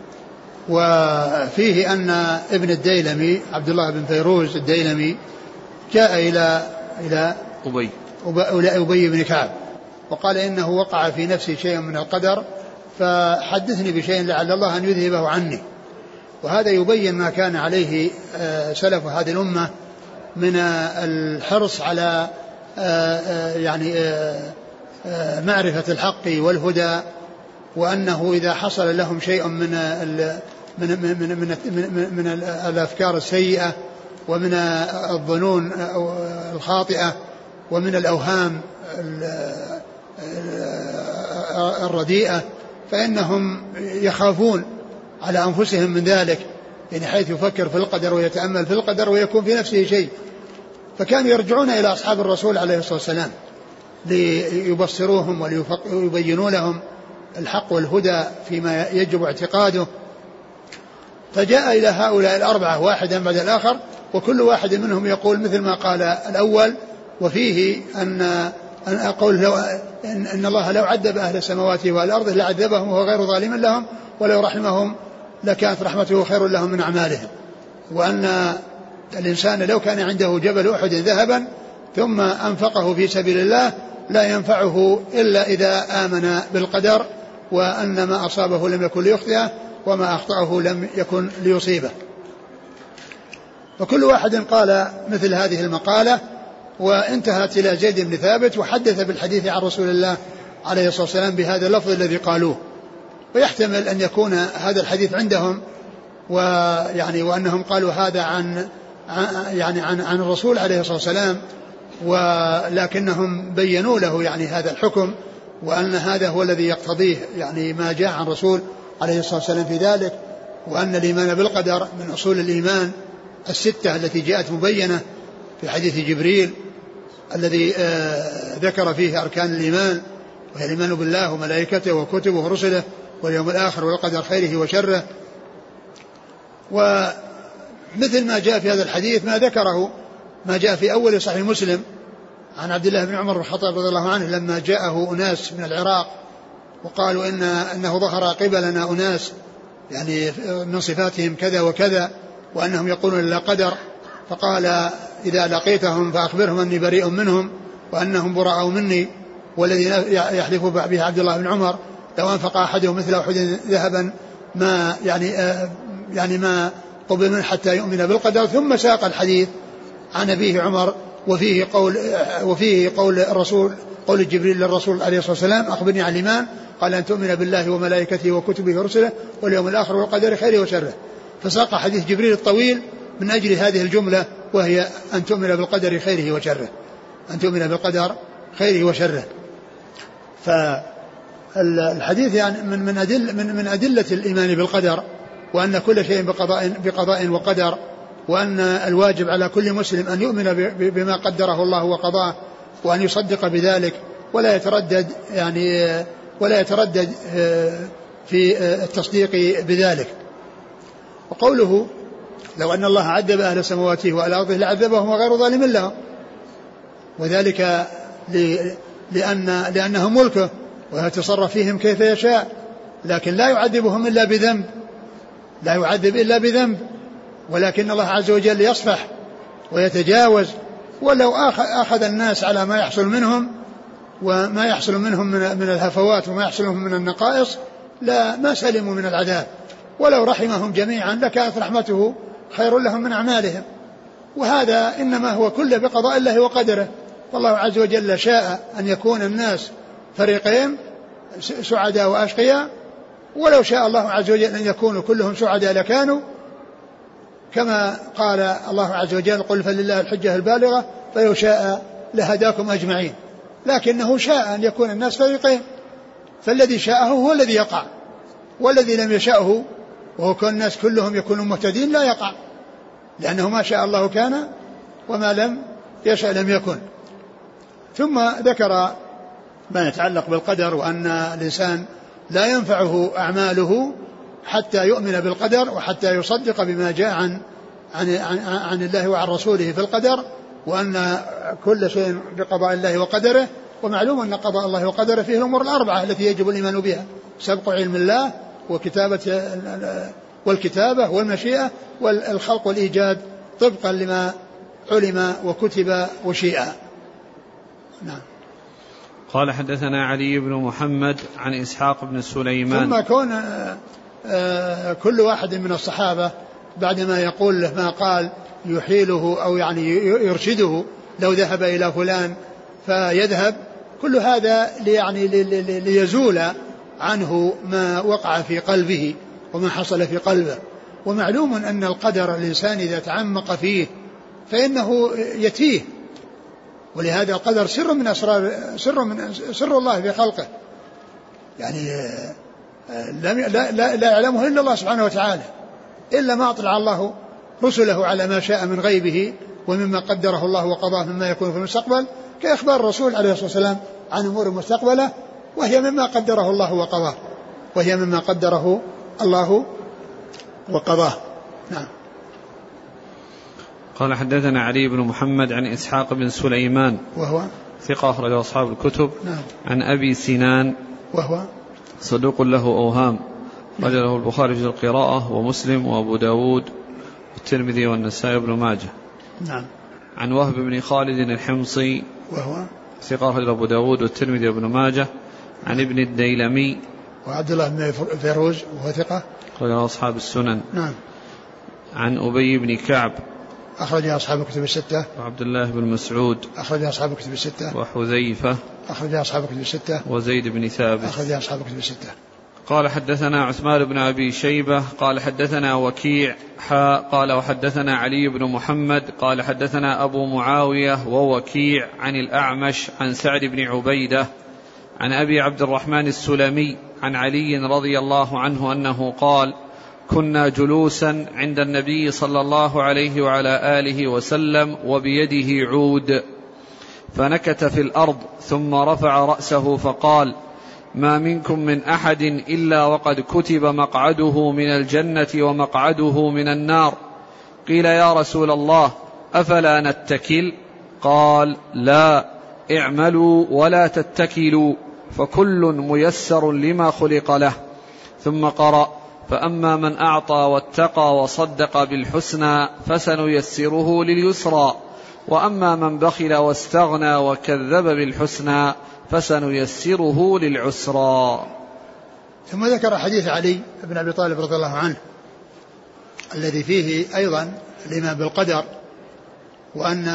وفيه أن ابن الديلمي عبد الله بن فيروز الديلمي جاء إلى إلى أبي أبي بن كعب وقال إنه وقع في نفسي شيء من القدر فحدثني بشيء لعل الله أن يذهبه عني. وهذا يبين ما كان عليه سلف هذه الأمة من الحرص على يعني معرفة الحق والهدى، وأنه إذا حصل لهم شيء من من من من, من, من الأفكار السيئة ومن الظنون الخاطئة ومن الأوهام الرديئة فإنهم يخافون على أنفسهم من ذلك، يعني حيث يفكر في القدر ويتأمل في القدر ويكون في نفسه شيء. فكانوا يرجعون إلى أصحاب الرسول عليه الصلاة والسلام ليبصروهم وليبينوا لهم الحق والهدى فيما يجب اعتقاده. فجاء إلى هؤلاء الأربعة واحدا بعد الآخر، وكل واحد منهم يقول مثل ما قال الأول، وفيه أن أن أقول لو إن, إن الله لو عذب أهل السماوات والأرض لعذبهم وهو غير ظالم لهم، ولو رحمهم لكانت رحمته خير لهم من أعمالهم. وأن الإنسان لو كان عنده جبل أحد ذهبا ثم أنفقه في سبيل الله لا ينفعه إلا إذا آمن بالقدر، وأن ما أصابه لم يكن ليخطئه وما أخطأه لم يكن ليصيبه. وكل واحد قال مثل هذه المقالة، وانتهت إلى زيد بن ثابت وحدث بالحديث عن رسول الله عليه الصلاة والسلام بهذا اللفظ الذي قالوه. ويحتمل أن يكون هذا الحديث عندهم ويعني وأنهم قالوا هذا عن يعني عن عن الرسول عليه الصلاة والسلام، ولكنهم بينوا له يعني هذا الحكم، وأن هذا هو الذي يقتضيه يعني ما جاء عن الرسول عليه الصلاة والسلام في ذلك، وأن الإيمان بالقدر من أصول الإيمان الستة التي جاءت مبينة في حديث جبريل الذي آه ذكر فيه أركان الإيمان، وهي الإيمان بالله وملائكته وكتبه ورسله واليوم الآخر والقدر خيره وشره. ومثل ما جاء في هذا الحديث ما ذكره ما جاء في أول صحيح مسلم عن عبد الله بن عمر بن الخطاب رضي الله عنه لما جاءه أناس من العراق وقالوا إن أنه ظهر قبلنا أناس يعني من صفاتهم كذا وكذا وأنهم يقولون لا قدر، فقال إذا لقيتهم فأخبرهم أني بريء منهم وأنهم براء مني، والذي يحلف به عبد الله بن عمر لو أنفق أحدهم مثل أحد ذهبا ما يعني آه يعني ما قبل منه حتى يؤمن بالقدر. ثم ساق الحديث عن أبيه عمر وفيه قول وفيه قول الرسول قول جبريل للرسول عليه الصلاة والسلام أخبرني عن الإيمان، قال أن تؤمن بالله وملائكته وكتبه ورسله واليوم الآخر والقدر خيره وشره. فساق حديث جبريل الطويل من أجل هذه الجملة، وهي أن تؤمن بالقدر خيره وشره، أن تؤمن بالقدر خيره وشره. فالحديث يعني من من أدل من من أدلة الإيمان بالقدر، وأن كل شيء بقضاء بقضاء وقدر، وأن الواجب على كل مسلم أن يؤمن بما قدره الله وقضاه وأن يصدق بذلك ولا يتردد يعني ولا يتردد في التصديق بذلك. وقوله لو أن الله عذب أهل سماواته وأهل أرضه لعذبهم وغير ظالم لهم، وذلك لأن لأنه ملكه ويتصرف فيهم كيف يشاء، لكن لا يعذبهم إلا بذنب، لا يعذب إلا بذنب، ولكن الله عز وجل يصفح ويتجاوز. ولو أخذ الناس على ما يحصل منهم وما يحصل منهم من الهفوات وما يحصل منهم من النقائص لا ما سلموا من العذاب، ولو رحمهم جميعا لكانت رحمته خير لهم من أعمالهم. وهذا إنما هو كله بقضاء الله وقدره، والله عز وجل شاء أن يكون الناس فريقين سعداء وأشقياء، ولو شاء الله عز وجل أن يكونوا كلهم سعداء لكانوا، كما قال الله عز وجل قل فلله الحجة البالغة فلو شاء لهداكم أجمعين، لكنه شاء أن يكون الناس فريقين، فالذي شاءه هو الذي يقع، والذي لم يشاءه وهو كون الناس كلهم يكونوا مهتدين لا يقع، لأنه ما شاء الله كان وما لم يشاء لم يكن. ثم ذكر ما يتعلق بالقدر، وأن الإنسان لا ينفعه أعماله حتى يؤمن بالقدر وحتى يصدق بما جاء عن, عن, عن, عن الله وعن رسوله في القدر، وأن كل شيء بقضاء الله وقدره. ومعلوم أن قضاء الله وقدره فيه الأمور الأربعة التي يجب الإيمان بها: سبق علم الله وكتابة والكتابة والمشيئة والخلق والإيجاد طبقا لما علم وكتب وشيء. نعم. قال حدثنا علي بن محمد عن إسحاق بن سليمان. ثم كون كل واحد من الصحابة بعدما يقول له ما قال يحيله أو يعني يرشده لو ذهب إلى فلان فيذهب، كل هذا يعني ليزول عنه ما وقع في قلبه وما حصل في قلبه. ومعلوم أن القدر الإنسان إذا تعمق فيه فإنه يتيه، ولهذا القدر سر من أسرار سر من سر الله في خلقه، يعني لا, لا, لا يعلمه إلا الله سبحانه وتعالى، إلا ما أطلع الله رسله على ما شاء من غيبه ومما قدره الله وقضاه مما يكون في المستقبل، كإخبار الرسول عليه الصلاة والسلام عن أمور مستقبلة، وهي مما قدره الله وقضاه وهي مما قدره الله وقضاه. نعم. قال حدثنا علي بن محمد عن إسحاق بن سليمان وهو ثقة أخرج أصحاب الكتب. نعم. عن أبي سنان وهو صدوق له أوهام رجله البخاري في القراءة ومسلم وأبو داود والترمذي والنسائي بن ماجه. نعم. عن وهب بن خالد الحمصي وهو ثقة أخرج أبو داود والترمذي وابن ماجه. عن ابن الديلمي وعبد الله بن فيروز وهو ثقة أخرج أصحاب السنن. نعم. عن أبي بن كعب أخرج أصحاب الكتب الستة. وعبد الله بن مسعود أخرج أصحاب الكتب الستة. وحذيفة أخرج أصحاب الكتب الستة. وزيد بن ثابت أخرج أصحاب الكتب الستة. قال حدثنا عثمان بن أبي شيبة قال حدثنا وكيع حا قال وحدثنا علي بن محمد قال حدثنا أبو معاوية ووكيع عن الأعمش عن سعد بن عبيدة عن أبي عبد الرحمن السلمي عن علي رضي الله عنه أنه قال كنا جلوسا عند النبي صلى الله عليه وعلى آله وسلم وبيده عود فنكت في الأرض ثم رفع رأسه فقال ما منكم من أحد إلا وقد كتب مقعده من الجنة ومقعده من النار. قيل يا رسول الله أفلا نتكل؟ قال لا، اعملوا ولا تتكلوا فكل ميسر لما خلق له. ثم قرأ فأما من أعطى واتقى وصدق بالحسنى فسنيسره لليسرى وأما من بخل واستغنى وكذب بالحسنى فسنيسره للعسرى. ثم ذكر حديث علي بن أبي طالب رضي الله عنه الذي فيه أيضا الإيمان بالقدر، وأن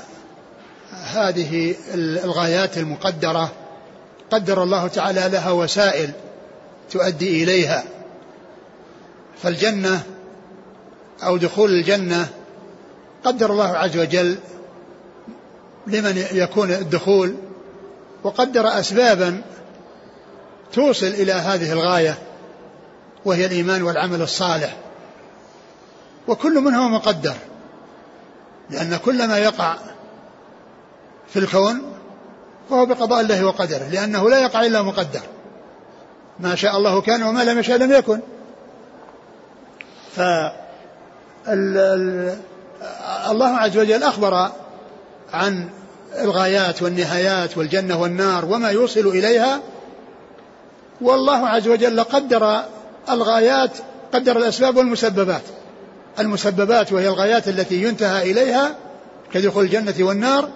هذه الغايات المقدرة قدر الله تعالى لها وسائل تؤدي إليها، فالجنة أو دخول الجنة قدر الله عز وجل لمن يكون الدخول، وقدر أسبابا توصل إلى هذه الغاية وهي الإيمان والعمل الصالح، وكل منها مقدر، لأن كل ما يقع في الكون فهو بقضاء الله وقدره، لأنه لا يقع إلا مقدر، ما شاء الله كان وما لم يشاء لم يكن. ال ال الله عز وجل أخبر عن الغايات والنهايات والجنة والنار وما يوصل إليها، والله عز وجل قدر الغايات، قدر الأسباب والمسببات. المسببات وهي الغايات التي ينتهى إليها كدخول الجنة والنار،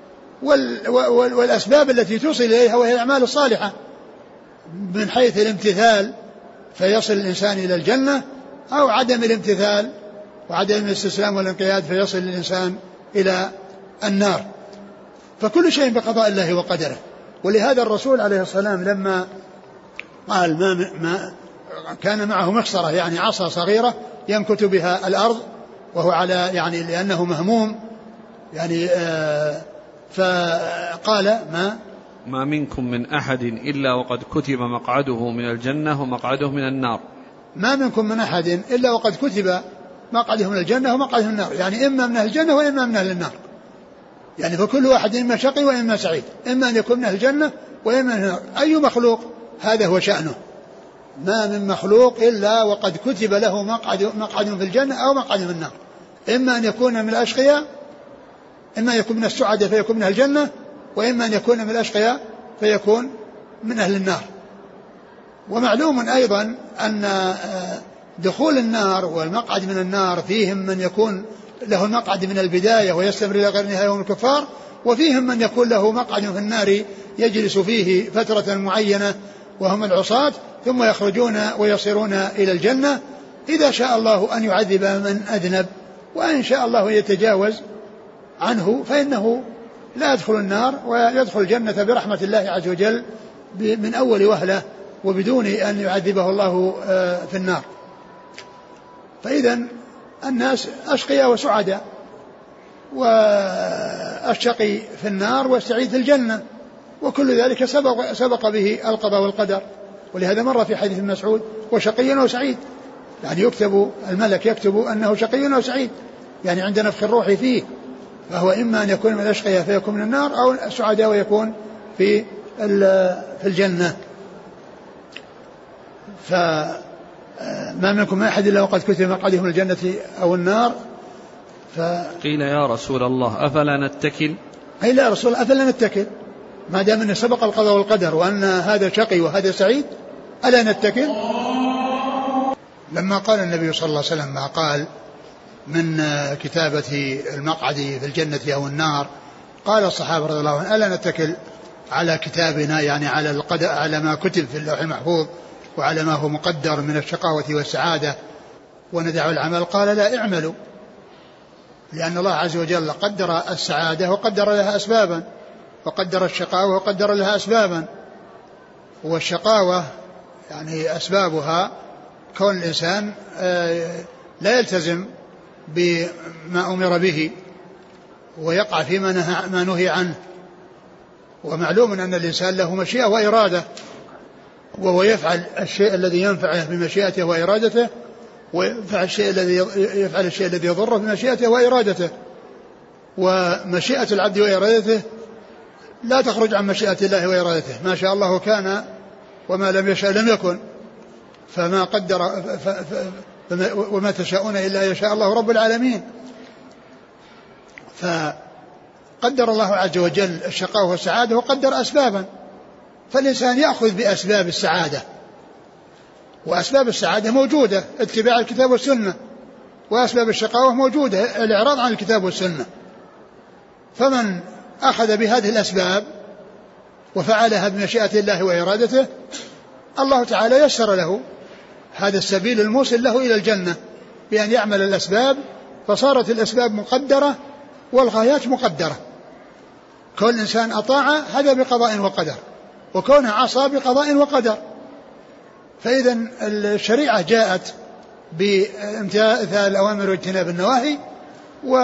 والأسباب التي توصل إليها وهي الأعمال الصالحة من حيث الامتثال فيصل الإنسان إلى الجنة، أو عدم الامتثال وعدم الاستسلام والانقياد فيصل الإنسان إلى النار. فكل شيء بقضاء الله وقدره. ولهذا الرسول عليه السلام لما قال ما, ما كان معه مخصرة يعني عصا صغيرة ينكت بها الأرض وهو على يعني لأنه مهموم يعني آه فقال ما ما منكم من أحد إلا وقد كتب مقعده من الجنة ومقعده من النار. ما منكم من أحد إلا وقد كتب مقعده من الجنة ومقعده من النار، يعني إما من أهل الجنة وإما من أهل النار. يعني فكل واحد إما شقي وإما سعيد، إما أن يكون من أهل الجنة وإما من أهل النار. أي مخلوق هذا هو شأنه. ما من مخلوق إلا وقد كتب له مقعد, مقعد في الجنة أو مقعد في النار، إما أن يكون من الأشقياء، إما أن يكون من السعداء فيكون من أهل الجنة، وإما أن يكون من الأشقياء فيكون من أهل النار. ومعلوم أيضا أن دخول النار والمقعد من النار فيهم من يكون له المقعد من البداية ويستمر إلى غير نهاية يوم الكفار، وفيهم من يكون له مقعد في النار يجلس فيه فترة معينة وهم العصاة، ثم يخرجون ويصيرون إلى الجنة إذا شاء الله أن يعذب من أذنب، وإن شاء الله يتجاوز عنه فإنه لا يدخل النار ويدخل الجنة برحمة الله عز وجل من أول وهلة وبدون أن يعذبه الله في النار. فإذا الناس أشقياء وسعداء، والشقي في النار والسعيد في الجنة، وكل ذلك سبق, سبق به القضاء والقدر. ولهذا مر في حديث مسعود وشقي وسعيد، يعني يكتب الملك يكتب أنه شقي وسعيد، يعني عند نفخ الروح فيه، فهو إما أن يكون من الأشقياء فيكون من النار، أو السعداء ويكون في في الجنة. فما منكم من أحد إلا وقد كتب مقعده من الجنة أو النار. قيل يا رسول الله أفلا نتكل؟ أي لا رسول الله أفلا نتكل، ما دام أن سبق القضاء والقدر وأن هذا شقي وهذا سعيد ألا نتكل؟ لما قال النبي صلى الله عليه وسلم ما قال من كتابة المقعد في الجنة أو النار، قال الصحابة رضي الله عنهم ألا نتكل على كتابنا، يعني على القدر، على ما كتب في اللوح المحفوظ وعلى ما هو مقدر من الشقاوة والسعادة، وندع العمل؟ قال لا، اعملوا، لأن الله عز وجل قدر السعادة وقدر لها أسبابا، وقدر الشقاوة وقدر لها أسبابا. والشقاوة يعني أسبابها كون الإنسان لا يلتزم بما أمر به ويقع فيما نهى ما نهي عنه. ومعلوم أن الإنسان له مشيئة وإرادة، وهو يفعل الشيء الذي ينفعه بمشيئته وإرادته، ويفعل الشيء الذي يفعل الشيء الذي يضره بمشيئته وإرادته. ومشيئة العبد وإرادته لا تخرج عن مشيئة الله وإرادته، ما شاء الله كان وما لم يشاء لم يكن، فما قدر ف ف وما تشاءون إلا يشاء الله رب العالمين. فقدر الله عز وجل الشقاوة والسعادة وقدر أسبابا، فالإنسان يأخذ بأسباب السعادة، وأسباب السعادة موجودة، اتباع الكتاب والسنة، وأسباب الشقاوة موجودة، الإعراض عن الكتاب والسنة. فمن أخذ بهذه الأسباب وفعلها بمشيئة الله وإرادته، الله تعالى يسر له هذا السبيل الموصل له إلى الجنة بأن يعمل الأسباب، فصارت الأسباب مقدرة والغايات مقدرة. كل إنسان أطاع هذا بقضاء وقدر، وكونه عصى بقضاء وقدر. فإذا الشريعة جاءت بامتثال الأوامر واجتناب النواهي، و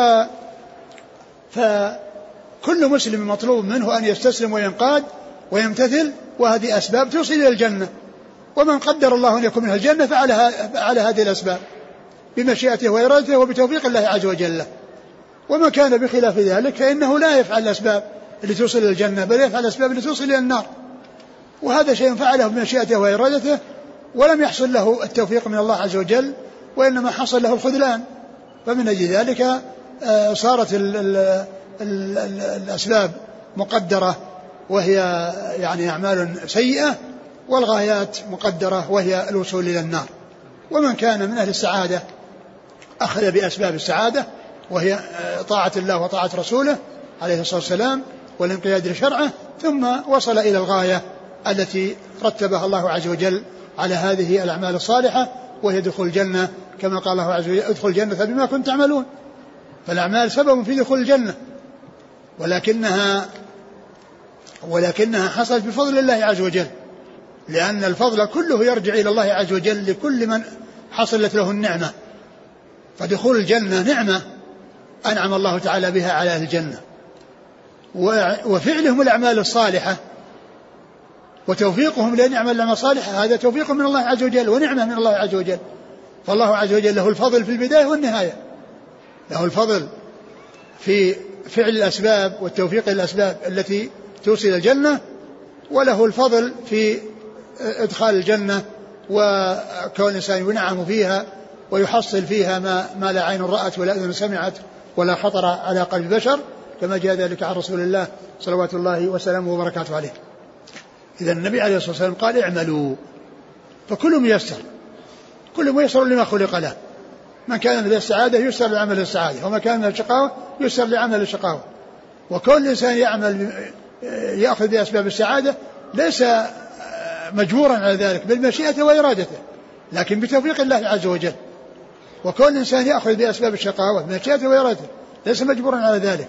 فكل مسلم مطلوب منه أن يستسلم وينقاد ويمتثل، وهذه أسباب توصل إلى الجنة. ومن قدر الله أن يكون من الجنة فعلى هذه الأسباب بمشيئته وإرادته وبتوفيق الله عز وجل. وما كان بخلاف ذلك فإنه لا يفعل الأسباب اللي توصل إلى الجنة، بل يفعل الأسباب اللي توصل إلى النار. وهذا شيء فعله بمشيئته وإرادته، ولم يحصل له التوفيق من الله عز وجل، وإنما حصل له الخذلان فمن أجل ذلك صارت ال ال ال ال الأسباب مقدرة وهي يعني أعمال سيئة، والغايات مقدرة وهي الوصول إلى النار. ومن كان من أهل السعادة أخذ بأسباب السعادة وهي طاعة الله وطاعة رسوله عليه الصلاة والسلام والانقياد لشرعه، ثم وصل إلى الغاية التي رتبها الله عز وجل على هذه الأعمال الصالحة، وهي دخول الجنة، كما قال الله عز وجل ادخل الجنة بما كنت تعملون. فالأعمال سبب في دخول الجنة، ولكنها ولكنها حصلت بفضل الله عز وجل، لأن الفضل كله يرجع إلى الله عز وجل لكل من حصلت له النعمة. فدخول الجنة نعمة أنعم الله تعالى بها على أهل الجنة، وفعلهم الأعمال الصالحة وتوفيقهم لأن يعمل الأعمال الصالحة هذا توفيق من الله عز وجل ونعمة من الله عز وجل. فالله عز وجل له الفضل في البداية والنهاية، له الفضل في فعل الأسباب والتوفيق للأسباب التي توصل الجنة، وله الفضل في إدخال الجنة وكون الإنسان ينعم فيها ويحصل فيها ما, ما لا عين رأت ولا أذن سمعت ولا خطر على قلب بشر، كما جاء ذلك عن رسول الله صلوات الله وسلامه وبركاته عليه. إذا النبي عليه الصلاة والسلام قال اعملوا، فكل ميسر، كل ميسر لما خلق له. من كان من السعادة يسر لعمل السعادة، وما كان من الشقاوة يسر لعمل الشقاوة. وكل إنسان يعمل يأخذ بأسباب السعادة ليس مجبورا على ذلك بالمشيئة وإرادته، لكن بتوفيق الله عز وجل. وكل إنسان يأخذ بأسباب الشقاوة بمشيئة وإرادته ليس مجبورا على ذلك،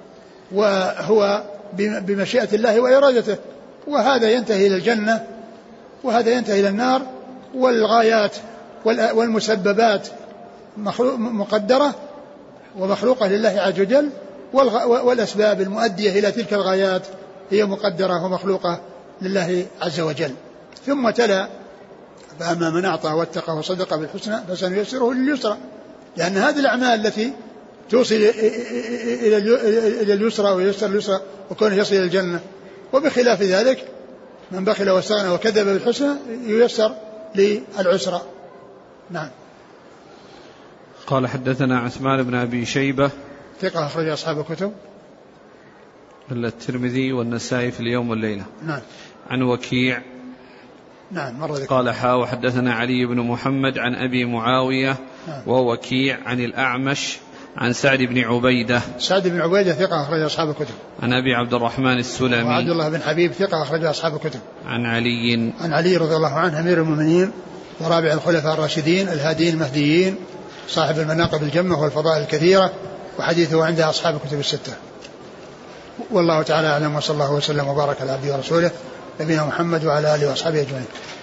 وهو بمشيئة الله وإرادته. وهذا ينتهي إلى الجنة وهذا ينتهي إلى النار. والغايات والمسببات مقدرة ومخلوقة لله عز وجل، والأسباب المؤدية إلى تلك الغايات هي مقدرة ومخلوقة لله عز وجل. ثم تلا فأما من أعطى واتقى وصدق بالحسنى فسنيسره لليسرى، لأن هذه الأعمال التي توصل إلى اليسرى ويسر اليسرى وكونه يصل إلى الجنة. وبخلاف ذلك من بخل واستغنى وكذب بالحسنى ييسر للعسرى. نعم. قال حدثنا عثمان بن أبي شيبة ثقة أخرج أصحاب الكتب إلا الترمذي والنسائي في اليوم والليلة. نعم. عن وكيع. نعم مرة ذكر. قال حا وحدثنا علي بن محمد عن أبي معاوية. نعم. ووكيع عن الأعمش عن سعد بن عبيدة. سعد بن عبيدة ثقة أخرج أصحاب الكتب. عن أبي عبد الرحمن السلمي. وعبد الله بن حبيب ثقة أخرج أصحاب الكتب. عن علي. عن علي رضي الله عنه أمير المؤمنين ورابع الخلفاء الراشدين الهاديين المهديين صاحب المناقب الجمة والفضائل الكثيرة، وحديثه عند أصحاب الكتب الستة. والله تعالى أعلم، وصلى الله وسلم وبارك على عبده ورسوله نبينا محمد وعلى آله وأصحابه أجمعين.